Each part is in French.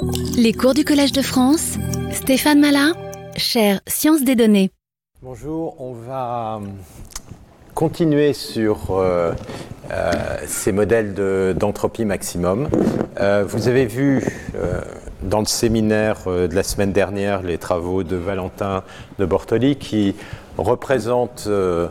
Les cours du Collège de France, Stéphane Malin, chaire Sciences des données. Bonjour, on va continuer sur ces modèles d'entropie maximum. Vous avez vu dans le séminaire de la semaine dernière les travaux de Valentin de Bortoli qui représentent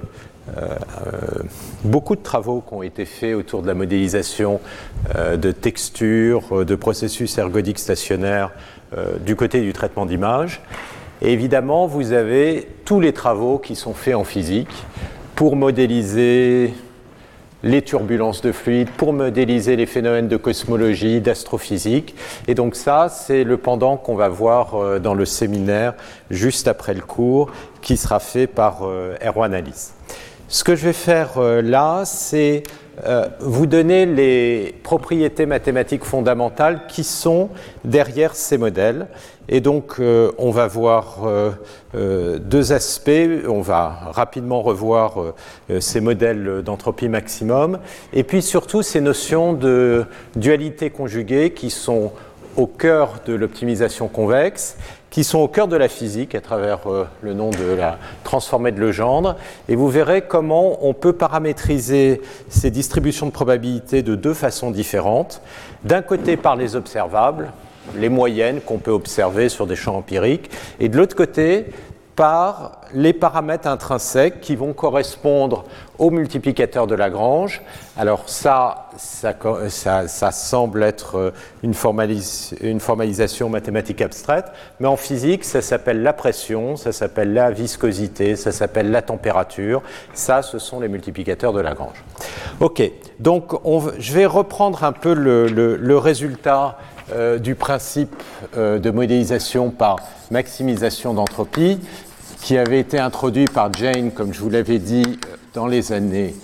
beaucoup de travaux qui ont été faits autour de la modélisation de textures, de processus ergodiques stationnaires du côté du traitement d'image. Et évidemment, vous avez tous les travaux qui sont faits en physique pour modéliser les turbulences de fluides, pour modéliser les phénomènes de cosmologie, d'astrophysique. Et donc ça, c'est le pendant qu'on va voir dans le séminaire juste après le cours, qui sera fait par Erwan Alice. Ce que je vais faire là, c'est vous donner les propriétés mathématiques fondamentales qui sont derrière ces modèles. Et donc, on va voir deux aspects. On va rapidement revoir ces modèles d'entropie maximum. Et puis surtout, ces notions de dualité conjuguée qui sont au cœur de l'optimisation convexe, qui sont au cœur de la physique à travers le nom de la transformée de Legendre. Et vous verrez comment on peut paramétriser ces distributions de probabilité de deux façons différentes. D'un côté par les observables, les moyennes qu'on peut observer sur des champs empiriques, et de l'autre côté par les paramètres intrinsèques qui vont correspondre au multiplicateur de Lagrange. Alors ça semble être une formalisation mathématique abstraite, mais en physique, ça s'appelle la pression, ça s'appelle la viscosité, ça s'appelle la température. Ça, ce sont les multiplicateurs de Lagrange. OK, donc je vais reprendre un peu le résultat du principe de modélisation par maximisation d'entropie qui avait été introduit par Jane, comme je vous l'avais dit, dans les années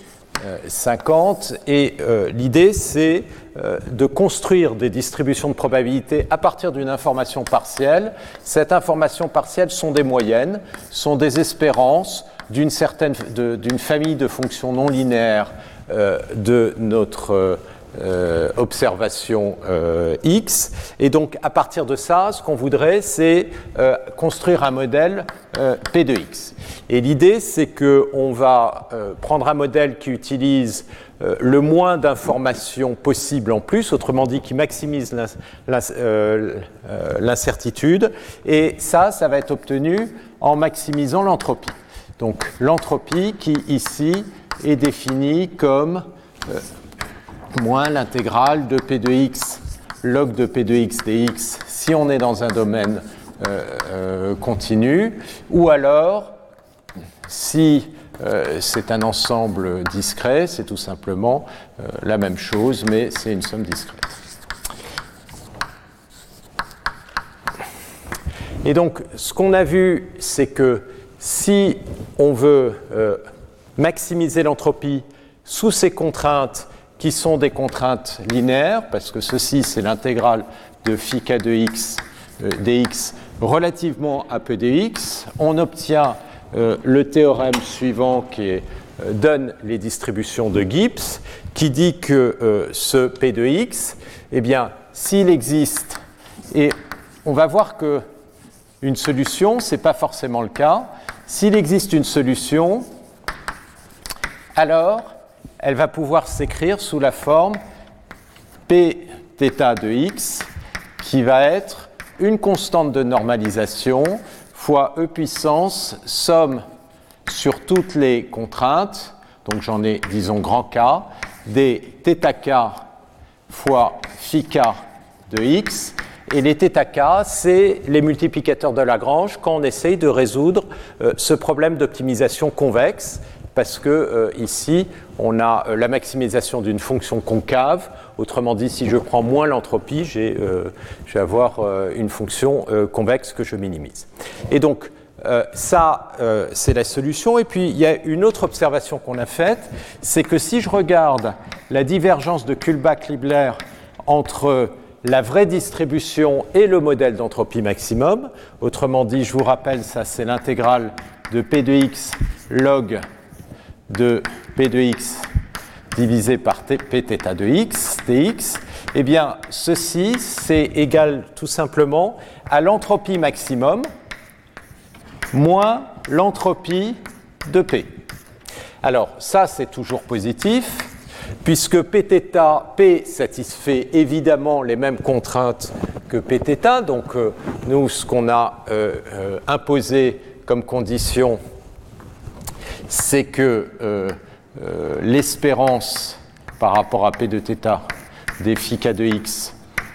50. Et l'idée, c'est de construire des distributions de probabilité à partir d'une information partielle. Cette information partielle sont des moyennes, sont des espérances d'une famille de fonctions non linéaires de notre observation X. Et donc, à partir de ça, ce qu'on voudrait, c'est construire un modèle P de X. Et l'idée, c'est qu'on va prendre un modèle qui utilise le moins d'informations possible en plus, autrement dit, qui maximise l'incertitude. Et ça va être obtenu en maximisant l'entropie. Donc, l'entropie qui, ici, est définie comme moins l'intégrale de P de X log de P de X dx si on est dans un domaine continu, ou alors si c'est un ensemble discret, c'est tout simplement la même chose, mais c'est une somme discrète. Et donc, ce qu'on a vu, c'est que si on veut maximiser l'entropie sous ces contraintes qui sont des contraintes linéaires, parce que ceci, c'est l'intégrale de phi k de x dx relativement à P de x, on obtient le théorème suivant qui donne les distributions de Gibbs, qui dit que ce P de x, eh bien, s'il existe, et on va voir qu'une solution, ce n'est pas forcément le cas, s'il existe une solution, alors elle va pouvoir s'écrire sous la forme P θ de x, qui va être une constante de normalisation fois E puissance somme sur toutes les contraintes, donc j'en ai, disons, grand K, des θk fois phi k de x, et les θk, c'est les multiplicateurs de Lagrange quand on essaye de résoudre ce problème d'optimisation convexe, parce que ici, on a la maximisation d'une fonction concave. Autrement dit, si je prends moins l'entropie, je vais avoir une fonction convexe que je minimise. Et donc, ça, c'est la solution. Et puis, il y a une autre observation qu'on a faite, c'est que si je regarde la divergence de Kullback-Libler entre la vraie distribution et le modèle d'entropie maximum, autrement dit, je vous rappelle, ça, c'est l'intégrale de P de x log de P de x divisé par Pθ de x, dx, eh bien, ceci, c'est égal tout simplement à l'entropie maximum moins l'entropie de P. Alors, ça, c'est toujours positif, puisque Pθ, P satisfait évidemment les mêmes contraintes que Pθ. Donc, nous, ce qu'on a imposé comme condition, c'est que l'espérance par rapport à P de θ des phi k de x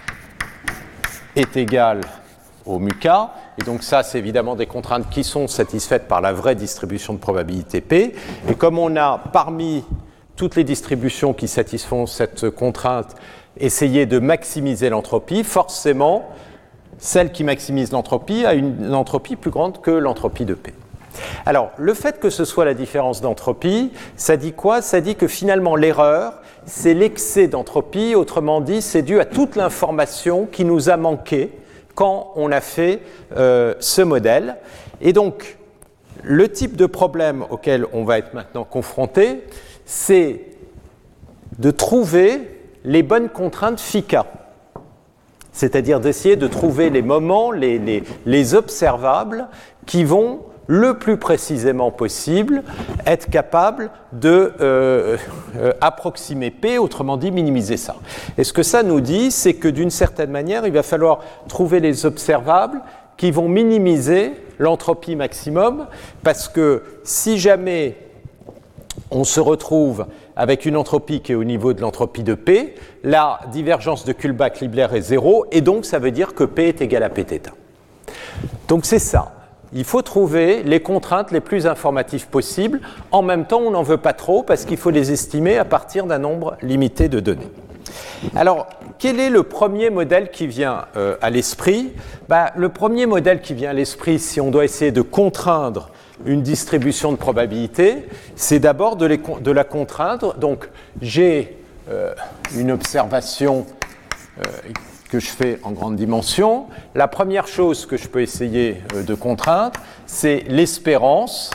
est égale au mu k. Et donc ça, c'est évidemment des contraintes qui sont satisfaites par la vraie distribution de probabilité P. Et comme on a, parmi toutes les distributions qui satisfont cette contrainte, essayé de maximiser l'entropie, forcément, celle qui maximise l'entropie a une entropie plus grande que l'entropie de P. Alors, le fait que ce soit la différence d'entropie, ça dit quoi? Ça dit que finalement, l'erreur, c'est l'excès d'entropie. Autrement dit, c'est dû à toute l'information qui nous a manqué quand on a fait ce modèle. Et donc, le type de problème auquel on va être maintenant confronté, c'est de trouver les bonnes contraintes phi k. C'est-à-dire d'essayer de trouver les moments, les observables qui vont le plus précisément possible être capables de approximer P, autrement dit minimiser ça. Et ce que ça nous dit, c'est que d'une certaine manière, il va falloir trouver les observables qui vont minimiser l'entropie maximum, parce que si jamais on se retrouve avec une entropie qui est au niveau de l'entropie de P, la divergence de Kullback-Leibler est 0, et donc ça veut dire que P est égal à Pθ. Donc c'est ça. Il faut trouver les contraintes les plus informatives possibles. En même temps, on n'en veut pas trop parce qu'il faut les estimer à partir d'un nombre limité de données. Alors, quel est le premier modèle qui vient à l'esprit? Le premier modèle qui vient à l'esprit, si on doit essayer de contraindre une distribution de probabilité, c'est d'abord de la contraindre. Donc, j'ai une observation que je fais en grande dimension. La première chose que je peux essayer de contraindre, c'est l'espérance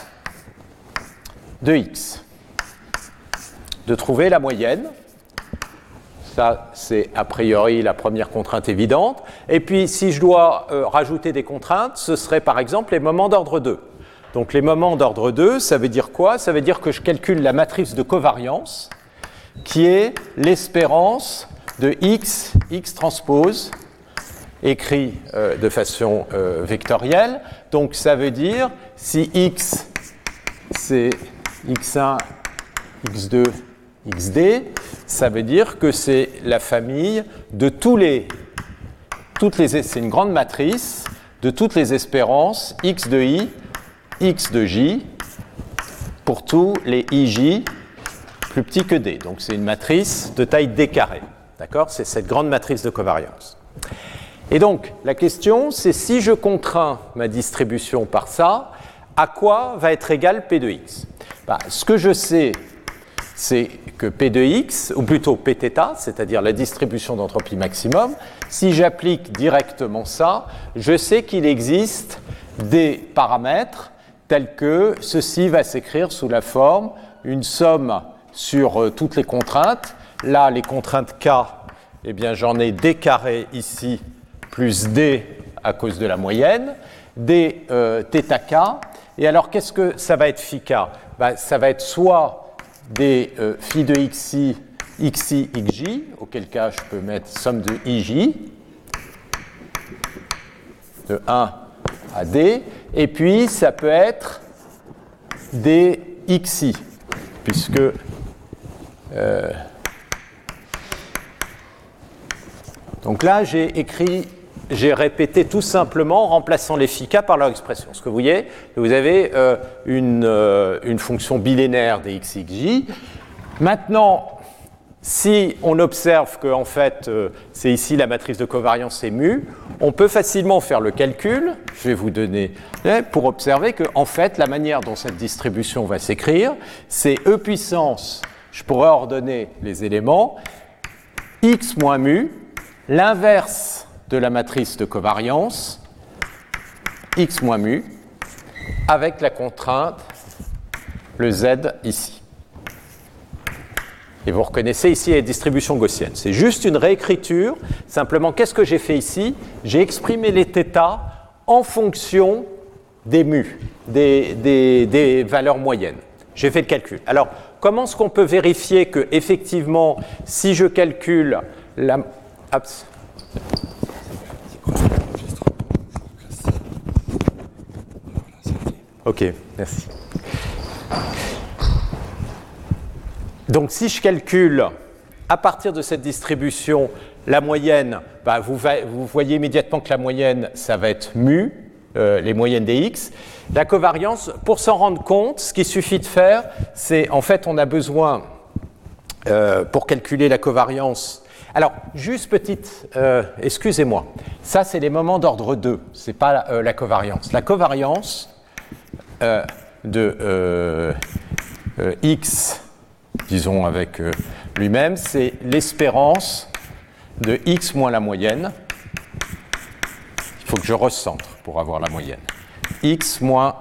de x. De trouver la moyenne. Ça, c'est a priori la première contrainte évidente. Et puis, si je dois rajouter des contraintes, ce serait par exemple les moments d'ordre 2. Donc, les moments d'ordre 2, ça veut dire quoi? Ça veut dire que je calcule la matrice de covariance, qui est l'espérance de x transpose, écrit de façon vectorielle. Donc ça veut dire, si x c'est x1, x2, xd, ça veut dire que c'est la famille de c'est une grande matrice de toutes les espérances x de i, x de j, pour tous les ij plus petits que d. Donc c'est une matrice de taille d carré. D'accord? C'est cette grande matrice de covariance. Et donc, la question, c'est si je contrains ma distribution par ça, à quoi va être égal P de x? Ce que je sais, c'est que P de x, ou plutôt Pθ, c'est-à-dire la distribution d'entropie maximum, si j'applique directement ça, je sais qu'il existe des paramètres tels que ceci va s'écrire sous la forme une somme sur toutes les contraintes. Là, les contraintes K, eh bien, j'en ai d carré ici, plus d à cause de la moyenne, d θk. Et alors, qu'est-ce que ça va être phi k? Ça va être soit des phi de xi, xj, auquel cas je peux mettre somme de ij, de 1 à d, et puis ça peut être des xi, puisque donc là, j'ai répété tout simplement en remplaçant les phi k par leur expression. Ce que vous voyez, vous avez une fonction bilinéaire des xj. Maintenant, si on observe que en fait, c'est ici la matrice de covariance est mu, on peut facilement faire le calcul, je vais vous donner, pour observer que en fait, la manière dont cette distribution va s'écrire, c'est e puissance, je pourrais ordonner les éléments, x moins mu, l'inverse de la matrice de covariance, x moins mu, avec la contrainte, le z ici. Et vous reconnaissez ici les distributions gaussiennes. C'est juste une réécriture. Simplement, qu'est-ce que j'ai fait ici? J'ai exprimé les θ en fonction des mu, des valeurs moyennes. J'ai fait le calcul. Alors, comment est-ce qu'on peut vérifier que, effectivement, si je calcule la... Ups. Ok, merci. Donc, si je calcule à partir de cette distribution la moyenne, bah, vous voyez immédiatement que la moyenne, ça va être mu, les moyennes des x. La covariance, pour s'en rendre compte, ce qu'il suffit de faire, c'est, en fait, on a besoin, pour calculer la covariance. Alors, juste petite, excusez-moi, ça, c'est les moments d'ordre 2, ce n'est pas la covariance. La covariance de x, disons avec lui-même, c'est l'espérance de x moins la moyenne. Il faut que je recentre pour avoir la moyenne. X moins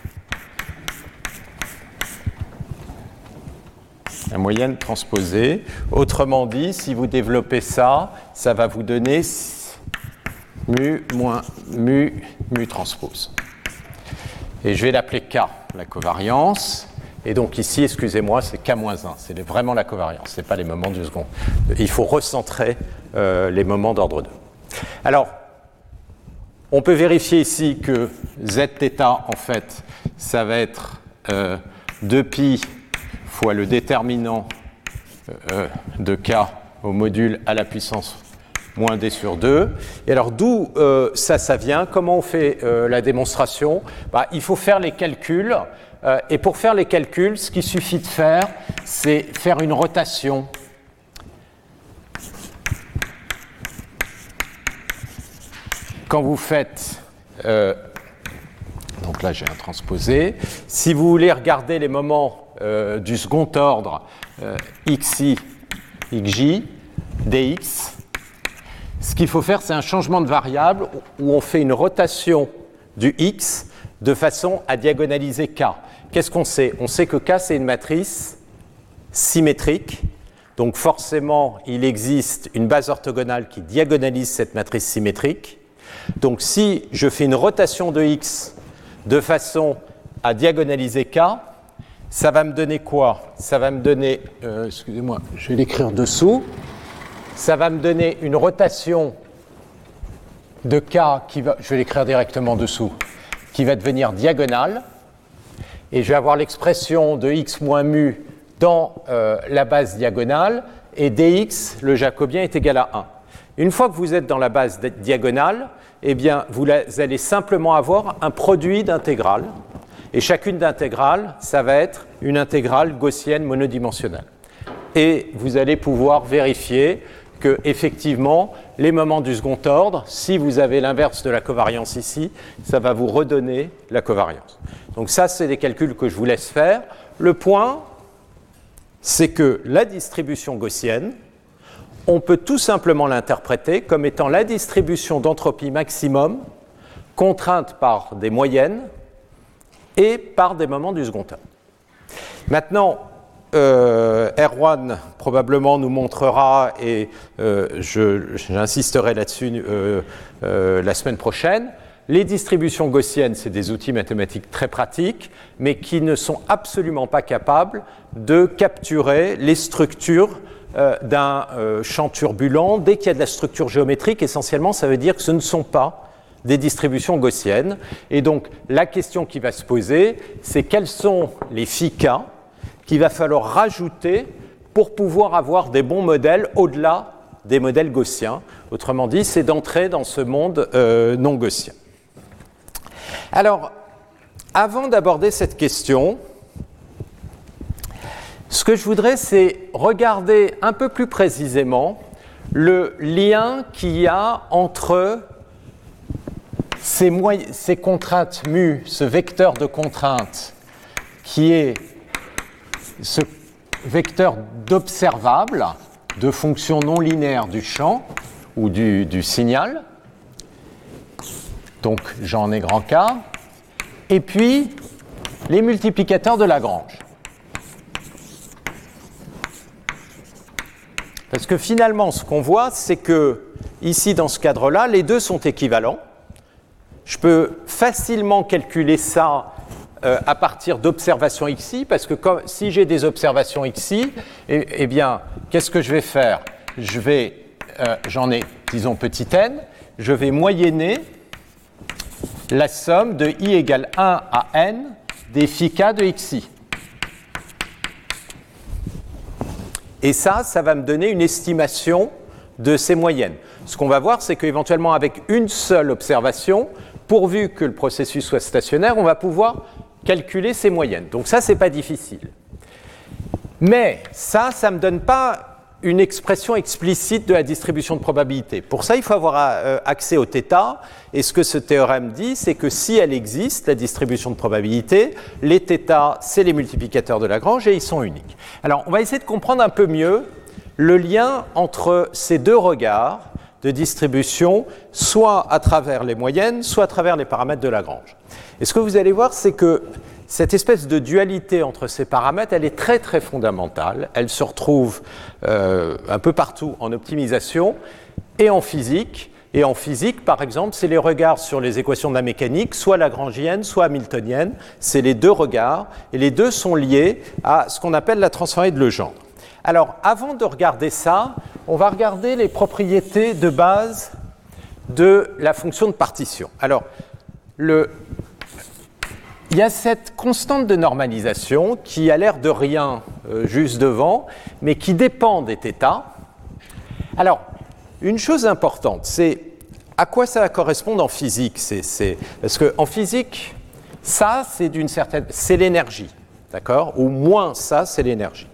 la moyenne transposée. Autrement dit, si vous développez ça, ça va vous donner mu moins mu transpose. Et je vais l'appeler K, la covariance. Et donc ici, excusez-moi, c'est K-1. C'est vraiment la covariance, ce n'est pas les moments du second. Il faut recentrer les moments d'ordre 2. Alors, on peut vérifier ici que Zθ, en fait, ça va être 2π fois le déterminant de K au module à la puissance moins d sur 2. Et alors, d'où ça vient? Comment on fait la démonstration? Bah, il faut faire les calculs. Et pour faire les calculs, ce qu'il suffit de faire, c'est faire une rotation. Quand vous faites, donc là j'ai un transposé, si vous voulez regarder les moments du second ordre, xi, xj, dx, ce qu'il faut faire, c'est un changement de variable où on fait une rotation du x de façon à diagonaliser k. Qu'est-ce qu'on sait? On sait que k, c'est une matrice symétrique. Donc forcément, il existe une base orthogonale qui diagonalise cette matrice symétrique. Donc si je fais une rotation de x de façon à diagonaliser k, ça va me donner quoi? Ça va me donner, excusez-moi, je vais l'écrire dessous. Ça va me donner une rotation de k qui va, je vais l'écrire directement dessous, qui va devenir diagonale. Et je vais avoir l'expression de x moins mu dans la base diagonale, et dx, le jacobien, est égal à 1. Une fois que vous êtes dans la base diagonale, eh bien, vous allez simplement avoir un produit d'intégrales. Et chacune d'intégrales, ça va être une intégrale gaussienne monodimensionnelle. Et vous allez pouvoir vérifier que, effectivement, les moments du second ordre, si vous avez l'inverse de la covariance ici, ça va vous redonner la covariance. Donc ça, c'est des calculs que je vous laisse faire. Le point, c'est que la distribution gaussienne, on peut tout simplement l'interpréter comme étant la distribution d'entropie maximum contrainte par des moyennes et par des moments du second ordre. Maintenant, Erwan probablement nous montrera, et j'insisterai là-dessus la semaine prochaine, les distributions gaussiennes, c'est des outils mathématiques très pratiques, mais qui ne sont absolument pas capables de capturer les structures d'un champ turbulent. Dès qu'il y a de la structure géométrique, essentiellement, ça veut dire que ce ne sont pas des distributions gaussiennes. Et donc, la question qui va se poser, c'est quels sont les phi k qu'il va falloir rajouter pour pouvoir avoir des bons modèles au-delà des modèles gaussiens. Autrement dit, c'est d'entrer dans ce monde non gaussien. Alors, avant d'aborder cette question, ce que je voudrais, c'est regarder un peu plus précisément le lien qu'il y a entre ces contraintes mu, ce vecteur de contrainte qui est ce vecteur d'observable de fonction non linéaire du champ ou du signal, donc j'en ai grand K, et puis les multiplicateurs de Lagrange. Parce que finalement, ce qu'on voit, c'est que, ici, dans ce cadre-là, les deux sont équivalents. Je peux facilement calculer ça à partir d'observations XI, parce que si j'ai des observations XI, eh bien, qu'est-ce que je vais faire? J'en ai, disons, petit n, je vais moyenner la somme de I égale 1 à n des phi k de XI. Et ça va me donner une estimation de ces moyennes. Ce qu'on va voir, c'est qu'éventuellement, avec une seule observation, pourvu que le processus soit stationnaire, on va pouvoir calculer ces moyennes. Donc ça, ce n'est pas difficile. Mais ça ne me donne pas une expression explicite de la distribution de probabilité. Pour ça, il faut avoir accès au θ. Et ce que ce théorème dit, c'est que si elle existe, la distribution de probabilité, les θ, c'est les multiplicateurs de Lagrange et ils sont uniques. Alors, on va essayer de comprendre un peu mieux le lien entre ces deux regards de distribution, soit à travers les moyennes, soit à travers les paramètres de Lagrange. Et ce que vous allez voir, c'est que cette espèce de dualité entre ces paramètres, elle est très très fondamentale. Elle se retrouve un peu partout en optimisation et en physique. Et en physique, par exemple, c'est les regards sur les équations de la mécanique, soit lagrangiennes, soit hamiltoniennes. C'est les deux regards, et les deux sont liés à ce qu'on appelle la transformée de Legendre. Alors, avant de regarder ça, on va regarder les propriétés de base de la fonction de partition. Alors, il y a cette constante de normalisation qui a l'air de rien juste devant, mais qui dépend des θ. Alors, une chose importante, c'est à quoi ça va correspondre en physique. Parce qu'en physique, ça, c'est l'énergie, d'accord? Ou moins ça, c'est l'énergie.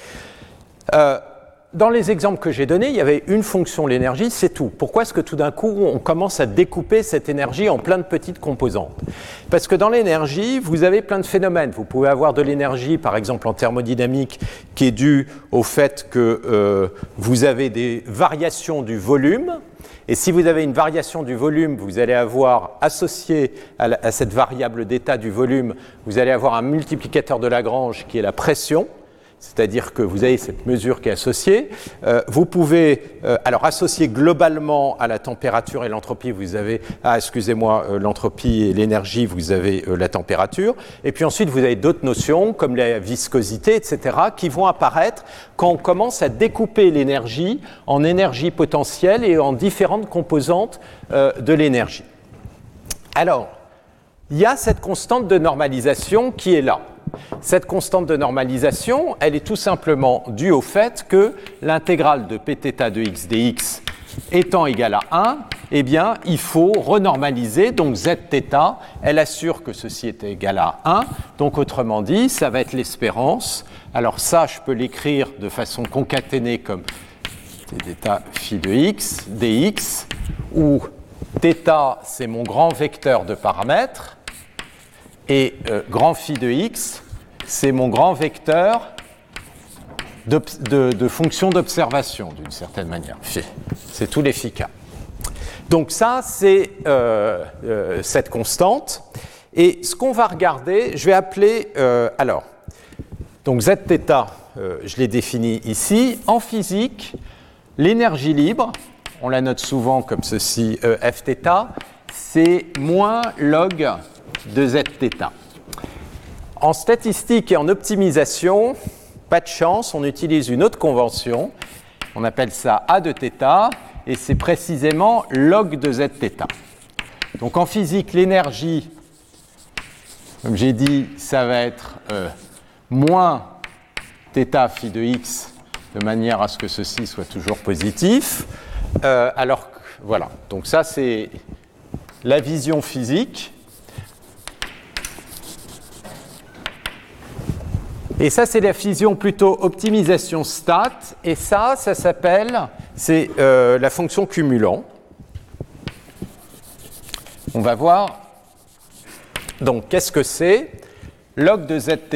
Dans les exemples que j'ai donnés, il y avait une fonction, l'énergie, c'est tout. Pourquoi est-ce que tout d'un coup, on commence à découper cette énergie en plein de petites composantes? Parce que dans l'énergie, vous avez plein de phénomènes. Vous pouvez avoir de l'énergie, par exemple en thermodynamique, qui est due au fait que vous avez des variations du volume. Et si vous avez une variation du volume, vous allez avoir associé à cette variable d'état du volume, vous allez avoir un multiplicateur de Lagrange qui est la pression. C'est-à-dire que vous avez cette mesure qui est associée. Vous pouvez alors associer globalement à la température et l'entropie, vous avez, l'entropie et l'énergie, vous avez la température. Et puis ensuite, vous avez d'autres notions comme la viscosité, etc., qui vont apparaître quand on commence à découper l'énergie en énergie potentielle et en différentes composantes de l'énergie. Alors, il y a cette constante de normalisation qui est là. Cette constante de normalisation, elle est tout simplement due au fait que l'intégrale de pθ de x dx étant égale à 1, eh bien, il faut renormaliser, donc zθ, elle assure que ceci est égal à 1, donc autrement dit, ça va être l'espérance. Alors ça, je peux l'écrire de façon concaténée comme θ phi de x, dx, où θ, c'est mon grand vecteur de paramètres, et grand phi de x, c'est mon grand vecteur de fonction d'observation, d'une certaine manière. C'est tous les phi k. Donc ça, c'est cette constante. Et ce qu'on va regarder, je vais appeler... donc zθ, je l'ai défini ici. En physique, l'énergie libre, on la note souvent comme ceci, Fθ, c'est moins log de zθ. En statistique et en optimisation, pas de chance, on utilise une autre convention, on appelle ça A de θ, et c'est précisément log de zθ. Donc en physique, l'énergie, comme j'ai dit, ça va être moins θ phi de x, de manière à ce que ceci soit toujours positif. Alors, voilà, donc ça c'est la vision physique. Et ça, c'est la vision plutôt optimisation stat. Et ça s'appelle, c'est la fonction cumulant. On va voir. Donc, qu'est-ce que c'est? Log de zθ,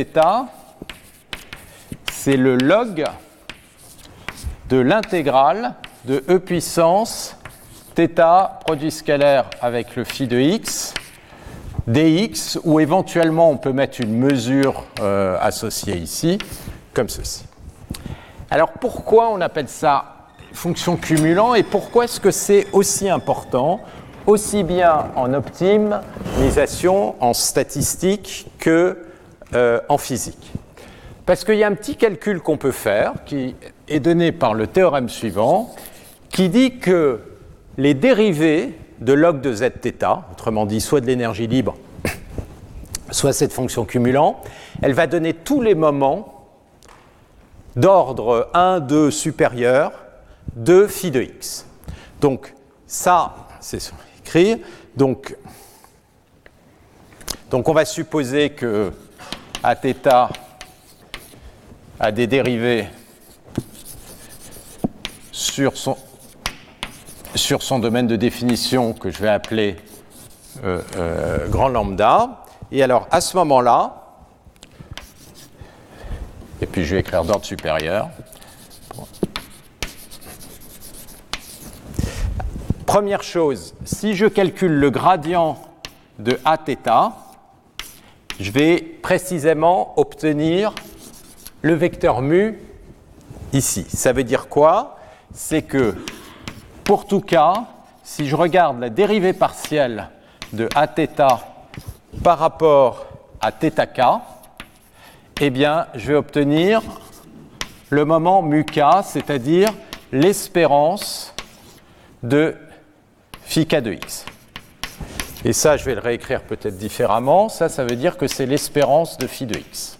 c'est le log de l'intégrale de e puissance θ produit scalaire avec le phi de x dx, ou éventuellement on peut mettre une mesure associée ici, comme ceci. Alors pourquoi on appelle ça fonction cumulant et pourquoi est-ce que c'est aussi important, aussi bien en optimisation, en statistique que en physique. Parce qu'il y a un petit calcul qu'on peut faire qui est donné par le théorème suivant qui dit que les dérivées de log de zθ, autrement dit soit de l'énergie libre, soit cette fonction cumulant, elle va donner tous les moments d'ordre 1, 2 supérieur de phi de x. Donc ça, c'est ce qu'on va écrire. Donc on va supposer que Aθ a des dérivées sur son domaine de définition que je vais appeler grand lambda. Et alors, à ce moment-là, et puis je vais écrire d'ordre supérieur. Première chose, si je calcule le gradient de Aθ, je vais précisément obtenir le vecteur mu ici. Ça veut dire quoi? C'est que pour tout cas, si je regarde la dérivée partielle de Aθ par rapport à θk, eh bien, je vais obtenir le moment mu k, c'est-à-dire l'espérance de phi k de x. Et ça, je vais le réécrire peut-être différemment. Ça veut dire que c'est l'espérance de phi de x.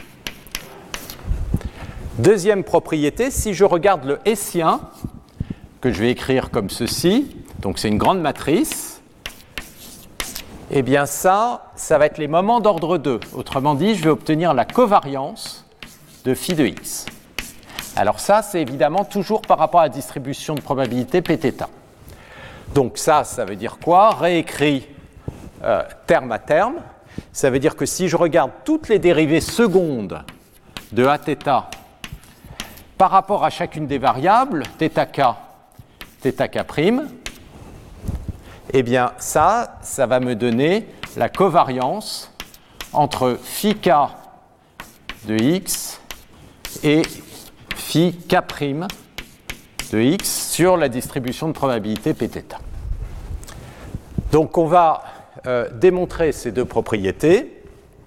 Deuxième propriété, si je regarde le hessien, que je vais écrire comme ceci, donc c'est une grande matrice, eh bien ça va être les moments d'ordre 2. Autrement dit, je vais obtenir la covariance de phi de x. Alors ça, c'est évidemment toujours par rapport à la distribution de probabilité Pθ. Donc ça veut dire quoi? Réécrit terme à terme. Ça veut dire que si je regarde toutes les dérivées secondes de Aθ par rapport à chacune des variables, θk, θk', eh bien ça va me donner la covariance entre phi k de x et phi k' de x sur la distribution de probabilité Pθ. Donc on va démontrer ces deux propriétés.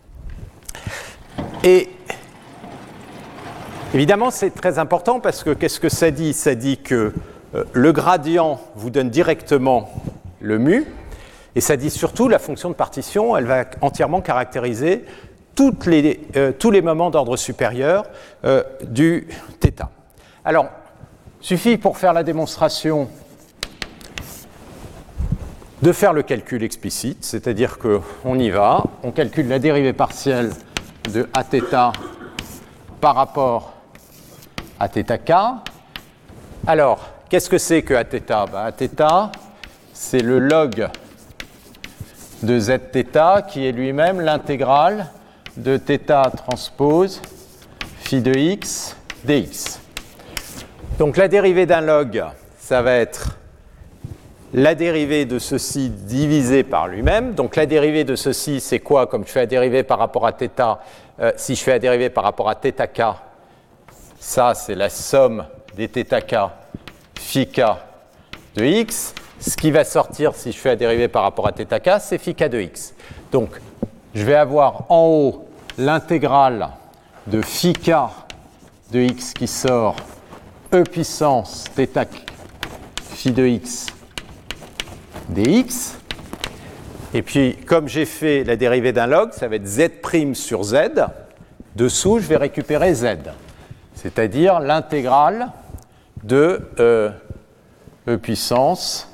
Et évidemment, c'est très important parce que qu'est-ce que ça dit? Ça dit que le gradient vous donne directement le mu, et ça dit surtout la fonction de partition, elle va entièrement caractériser tous les moments d'ordre supérieur du θ. Alors, suffit pour faire la démonstration de faire le calcul explicite, c'est-à-dire qu'on y va, on calcule la dérivée partielle de Aθ par rapport à θk. Alors, qu'est-ce que c'est que Aθ? Aθ, c'est le log de zθ qui est lui-même l'intégrale de θ transpose phi de x dx. Donc la dérivée d'un log, ça va être la dérivée de ceci divisé par lui-même. Donc la dérivée de ceci, c'est quoi? Comme je fais la dérivée par rapport à θ, si je fais la dérivée par rapport à θk, ça c'est la somme des θk phi k de x. Ce qui va sortir si je fais la dérivée par rapport à θk, c'est phi k de x. Donc je vais avoir en haut l'intégrale de phi k de x qui sort e puissance θ phi de x dx. Et puis, comme j'ai fait la dérivée d'un log, ça va être z' sur z. Dessous, je vais récupérer z, c'est-à-dire l'intégrale de e puissance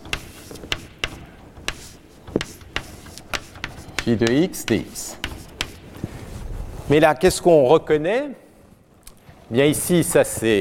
phi de x dx. Mais là, qu'est-ce qu'on reconnaît? Bien ici, ça c'est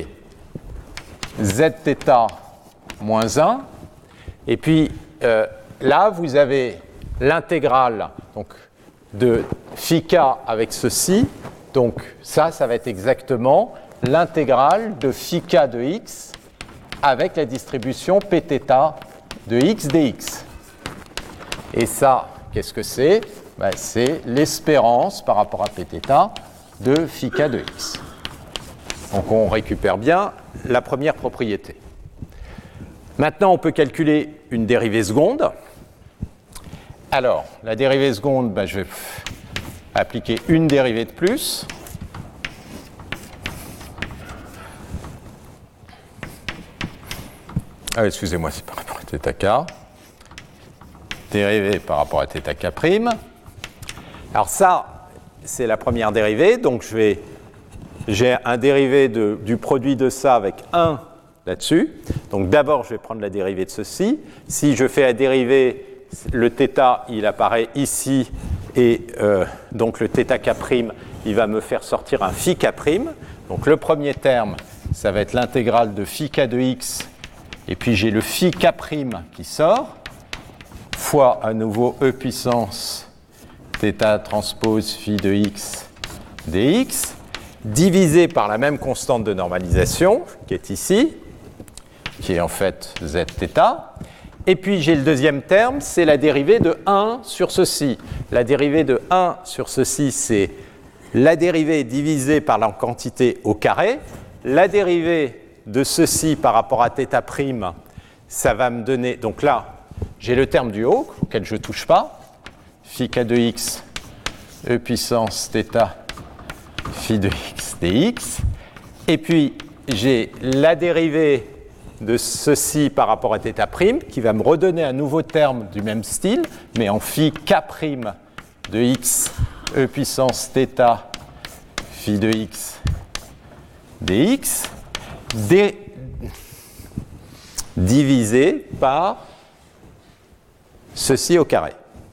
zθ moins 1. Et puis là, vous avez l'intégrale de phi k avec ceci. Donc ça va être exactement l'intégrale de phi k de x avec la distribution Pθ de x dx. Et ça, qu'est-ce que c'est? C'est l'espérance par rapport à Pθ de phi k de x. Donc on récupère bien la première propriété. Maintenant, on peut calculer une dérivée seconde. Alors, la dérivée seconde, je vais appliquer une dérivée de plus. Ah, excusez-moi, c'est par rapport à θk. Dérivée par rapport à θk'. Alors ça, c'est la première dérivée. Donc j'ai un dérivé du produit de ça avec 1 là-dessus. Donc d'abord, je vais prendre la dérivée de ceci. Si je fais la dérivée, le θ, il apparaît ici. Et donc le θk', il va me faire sortir un phi k'. Donc le premier terme, ça va être l'intégrale de phi k de x. Et puis j'ai le phi k' qui sort, fois à nouveau e puissance θ transpose phi de x dx, divisé par la même constante de normalisation, qui est ici, qui est en fait zθ. Et puis j'ai le deuxième terme, c'est la dérivée de 1 sur ceci. La dérivée de 1 sur ceci, c'est la dérivée divisée par la quantité au carré. La dérivée de ceci par rapport à θ', ça va me donner... Donc là, j'ai le terme du haut, auquel je ne touche pas. Phi k de x, e puissance θ, phi de x dx. Et puis, j'ai la dérivée de ceci par rapport à θ', qui va me redonner un nouveau terme du même style, mais en phi k' de x, e puissance θ, phi de x dx. Divisé par ceci au carré.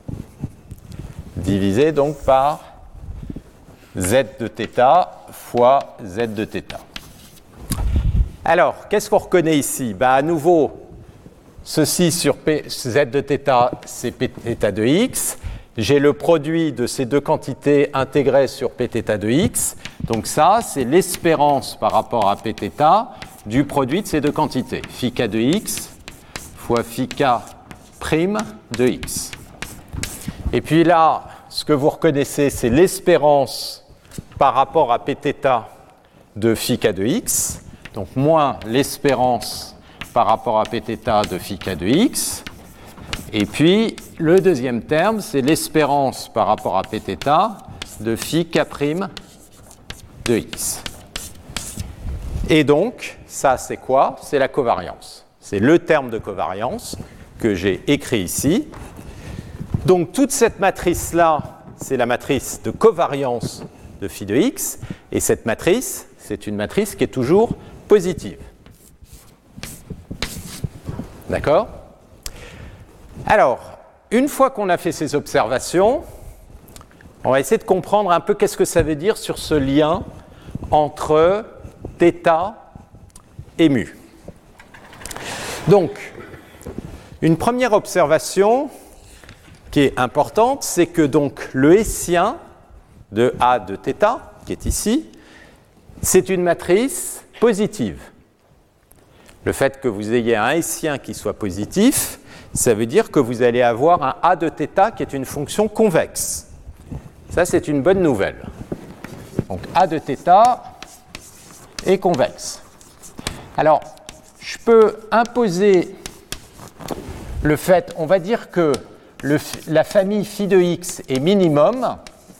Divisé donc par z de θ fois z de θ. Alors, qu'est-ce qu'on reconnaît ici? À nouveau, ceci sur z de θ, c'est pθ de x. J'ai le produit de ces deux quantités intégrées sur pθ de x. Donc ça, c'est l'espérance par rapport à pθ du produit de ces deux quantités. Phi k de x fois phi k' de x. Et puis là, ce que vous reconnaissez, c'est l'espérance par rapport à pθ de phi k de x. Donc moins l'espérance par rapport à pθ de phi k de x. Et puis, le deuxième terme, c'est l'espérance par rapport à pθ de phi k' de x. Et donc, ça, c'est quoi? C'est la covariance. C'est le terme de covariance que j'ai écrit ici. Donc, toute cette matrice-là, c'est la matrice de covariance de phi de x. Et cette matrice, c'est une matrice qui est toujours positive. D'accord? Alors, une fois qu'on a fait ces observations, on va essayer de comprendre un peu qu'est-ce que ça veut dire sur ce lien entre θ et mu. Donc, une première observation qui est importante, c'est que donc le hessien de A de θ, qui est ici, c'est une matrice positive. Le fait que vous ayez un hessien qui soit positif, ça veut dire que vous allez avoir un A de θ qui est une fonction convexe. Ça, c'est une bonne nouvelle. Donc, A de θ est convexe. Alors, je peux imposer le fait, on va dire que la famille phi de x est minimum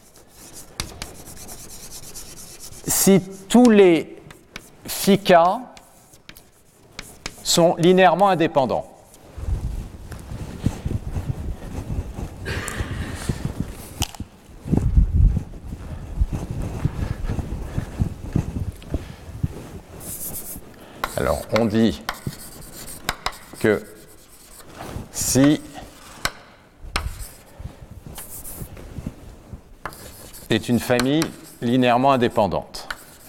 si tous les phi k sont linéairement indépendants. Alors, on dit que si est une famille linéairement indépendante.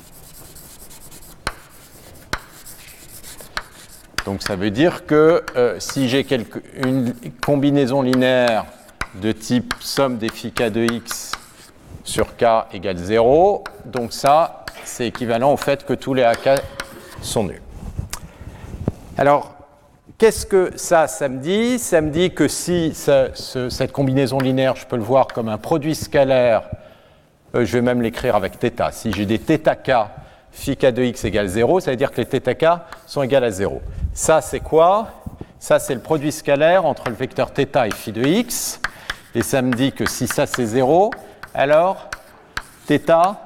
Donc, ça veut dire que si j'ai une combinaison linéaire de type somme des phi k de x sur k égale 0, donc ça, c'est équivalent au fait que tous les ak sont nuls. Alors, qu'est-ce que ça me dit? Ça me dit que si cette combinaison linéaire, je peux le voir comme un produit scalaire, je vais même l'écrire avec θ. Si j'ai des θk, phi k de x égale 0, ça veut dire que les θk sont égales à 0. Ça, c'est quoi? Ça, c'est le produit scalaire entre le vecteur θ et phi de x. Et ça me dit que si ça, c'est 0, alors θ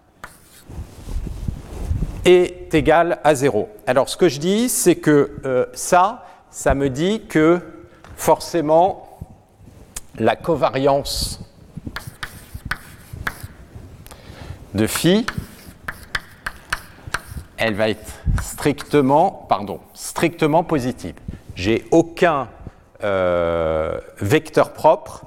est égal à 0. Alors, ce que je dis, c'est que ça me dit que forcément, la covariance de phi, elle va être strictement positive. J'ai aucun vecteur propre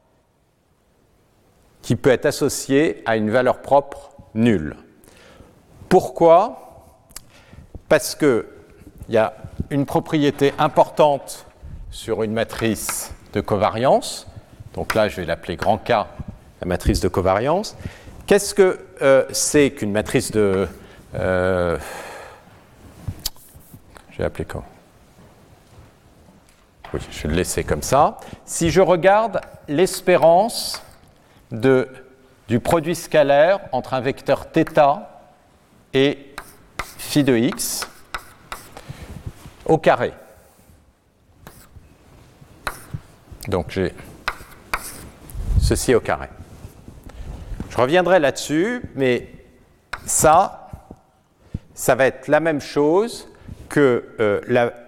qui peut être associé à une valeur propre nulle. Pourquoi? Parce qu'il y a une propriété importante sur une matrice de covariance. Donc là, je vais l'appeler grand K, la matrice de covariance. Qu'est-ce que c'est qu'une matrice de... je vais l'appeler comment? Oui, je vais le laisser comme ça. Si je regarde l'espérance du produit scalaire entre un vecteur θ et phi de x au carré. Donc j'ai ceci au carré. Je reviendrai là-dessus, mais ça va être la même chose que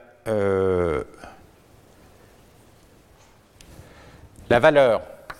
la valeur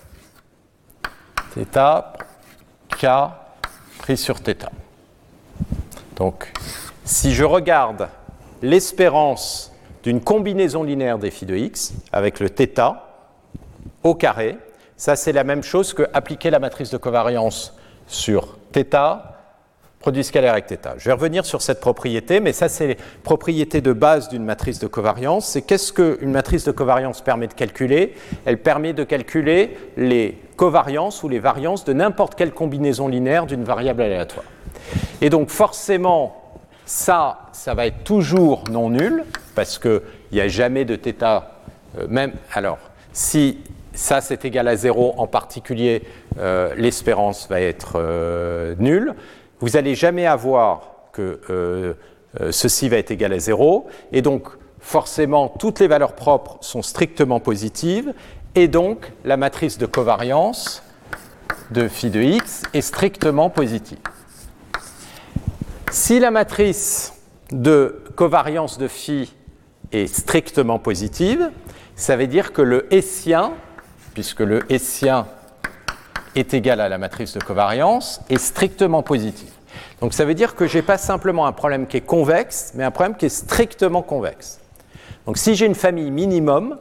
θ k pris sur θ. Donc, si je regarde l'espérance d'une combinaison linéaire des phi de x avec le θ au carré, ça c'est la même chose que appliquer la matrice de covariance sur θ, produit scalaire avec θ. Je vais revenir sur cette propriété, mais ça c'est les propriétés de base d'une matrice de covariance. C'est qu'est-ce qu'une matrice de covariance permet de calculer? Elle permet de calculer les covariances ou les variances de n'importe quelle combinaison linéaire d'une variable aléatoire. Et donc forcément, ça va être toujours non nul, parce qu'il n'y a jamais de θ, même, alors, si ça c'est égal à 0, en particulier, l'espérance va être nulle. Vous n'allez jamais avoir que ceci va être égal à 0, et donc forcément toutes les valeurs propres sont strictement positives, et donc la matrice de covariance de phi de x est strictement positive. Si la matrice de covariance de phi est strictement positive, ça veut dire que le hessien, puisque le hessien est égal à la matrice de covariance, est strictement positif. Donc ça veut dire que je n'ai pas simplement un problème qui est convexe, mais un problème qui est strictement convexe. Donc si j'ai une famille minimum,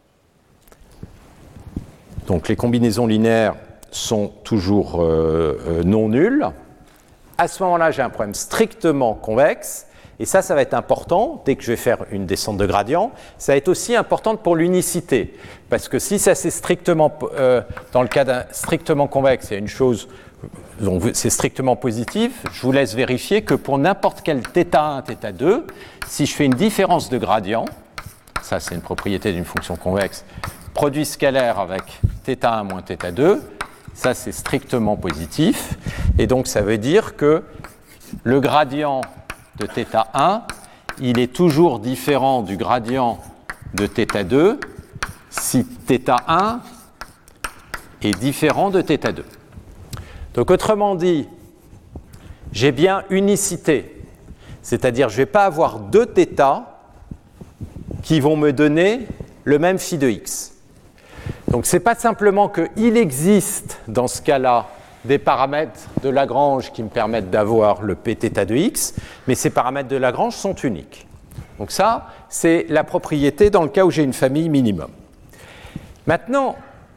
donc les combinaisons linéaires sont toujours non nulles, à ce moment-là j'ai un problème strictement convexe, et ça va être important, dès que je vais faire une descente de gradient, ça va être aussi important pour l'unicité, parce que si ça c'est strictement, dans le cas d'un strictement convexe, il y a une chose, donc c'est strictement positif, je vous laisse vérifier que pour n'importe quel θ1, θ2, si je fais une différence de gradient, ça c'est une propriété d'une fonction convexe, produit scalaire avec θ1 moins θ2, ça c'est strictement positif, et donc ça veut dire que le gradient de θ1, il est toujours différent du gradient de θ2 si θ1 est différent de θ2. Donc autrement dit, j'ai bien unicité, c'est-à-dire je ne vais pas avoir deux θ qui vont me donner le même phi de x. Donc ce n'est pas simplement qu'il existe dans ce cas-là des paramètres de Lagrange qui me permettent d'avoir le pθ de x, mais ces paramètres de Lagrange sont uniques. Donc ça, c'est la propriété dans le cas où j'ai une famille minimum. Maintenant,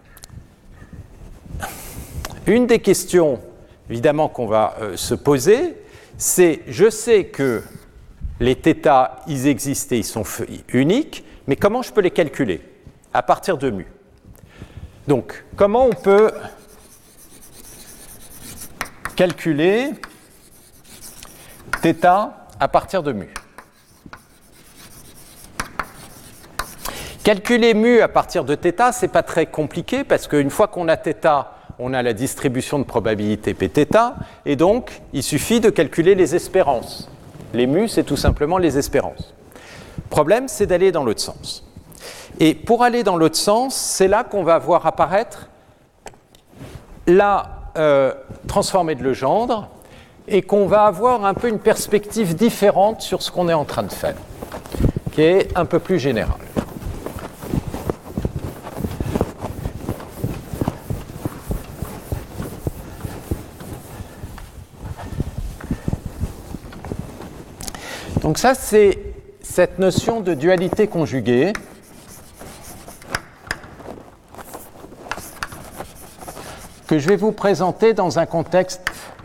une des questions, évidemment, qu'on va se poser, c'est, je sais que les θ, ils existent et ils sont uniques, mais comment je peux les calculer? À partir de mu. Donc, comment on peut calculer θ à partir de mu? Calculer mu à partir de θ, ce n'est pas très compliqué parce qu'une fois qu'on a θ, on a la distribution de probabilité Pθ, et donc il suffit de calculer les espérances. Les mu, c'est tout simplement les espérances. Le problème, c'est d'aller dans l'autre sens. Et pour aller dans l'autre sens, c'est là qu'on va voir apparaître la transformée de Legendre et qu'on va avoir un peu une perspective différente sur ce qu'on est en train de faire, qui est un peu plus générale. Donc ça, c'est cette notion de dualité conjuguée que je vais vous présenter dans un contexte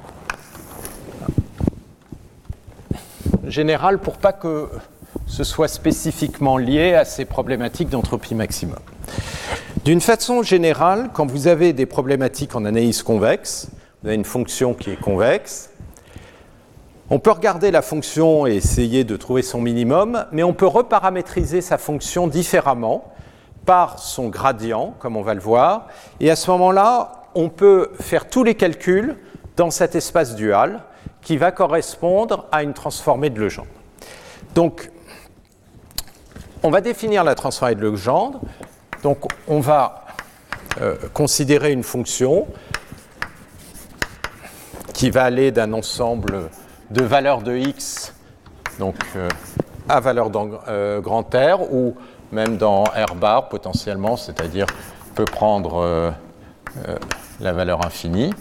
général pour pas que ce soit spécifiquement lié à ces problématiques d'entropie maximum. D'une façon générale, quand vous avez des problématiques en analyse convexe, vous avez une fonction qui est convexe, on peut regarder la fonction et essayer de trouver son minimum, mais on peut reparamétriser sa fonction différemment par son gradient, comme on va le voir, et à ce moment-là, on peut faire tous les calculs dans cet espace dual qui va correspondre à une transformée de Legendre. Donc, on va définir la transformée de Legendre. Donc, on va considérer une fonction qui va aller d'un ensemble de valeurs de x, donc à valeur dans grand R, ou même dans R bar potentiellement, c'est-à-dire peut prendre la valeur infinie.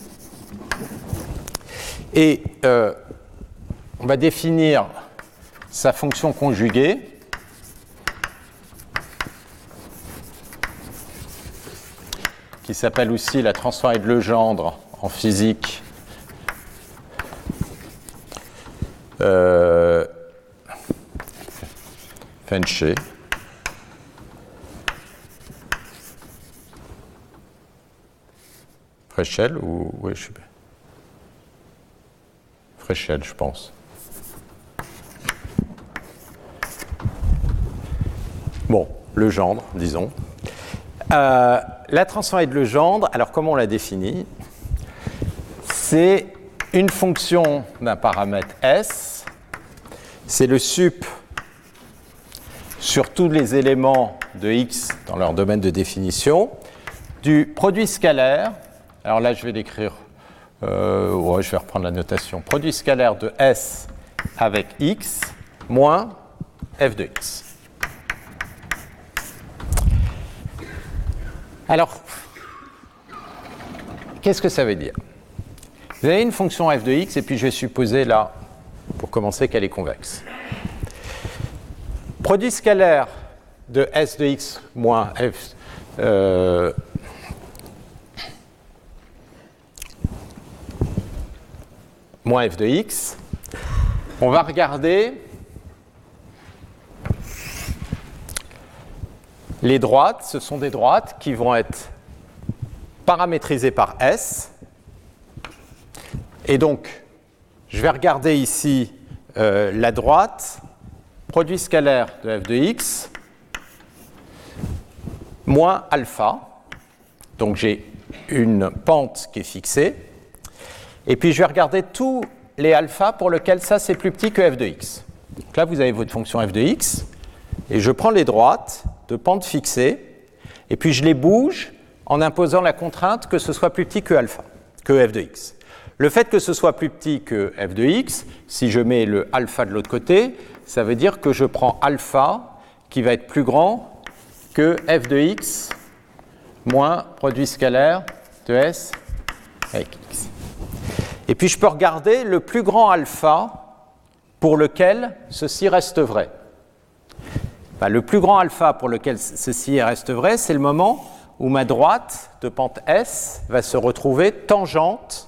Et on va définir sa fonction conjuguée qui s'appelle aussi la transformée de Legendre en physique Fenché. Fréchel ou oui, je suis Fréchel, je pense. Bon, Legendre, disons. La transformée de Legendre, alors comment on la définit? C'est une fonction d'un paramètre S, c'est le sup sur tous les éléments de x dans leur domaine de définition, du produit scalaire, alors là je vais l'écrire, je vais reprendre la notation, produit scalaire de S avec x moins f de x. Alors, qu'est-ce que ça veut dire? Vous avez une fonction f de x, et puis je vais supposer là, pour commencer, qu'elle est convexe. Produit scalaire de s de x moins f moins f de x. On va regarder les droites. Ce sont des droites qui vont être paramétrisées par S. Et donc, je vais regarder ici la droite, produit scalaire de f de x, moins alpha. Donc, j'ai une pente qui est fixée. Et puis, je vais regarder tous les alpha pour lesquels ça, c'est plus petit que f de x. Donc là, vous avez votre fonction f de x. Et je prends les droites de pente fixée. Et puis, je les bouge en imposant la contrainte que ce soit plus petit que alpha, que f de x. Le fait que ce soit plus petit que f de x, si je mets le alpha de l'autre côté, ça veut dire que je prends alpha qui va être plus grand que f de x moins produit scalaire de s avec x. Et puis je peux regarder le plus grand alpha pour lequel ceci reste vrai. Le plus grand alpha pour lequel ceci reste vrai, c'est le moment où ma droite de pente S va se retrouver tangente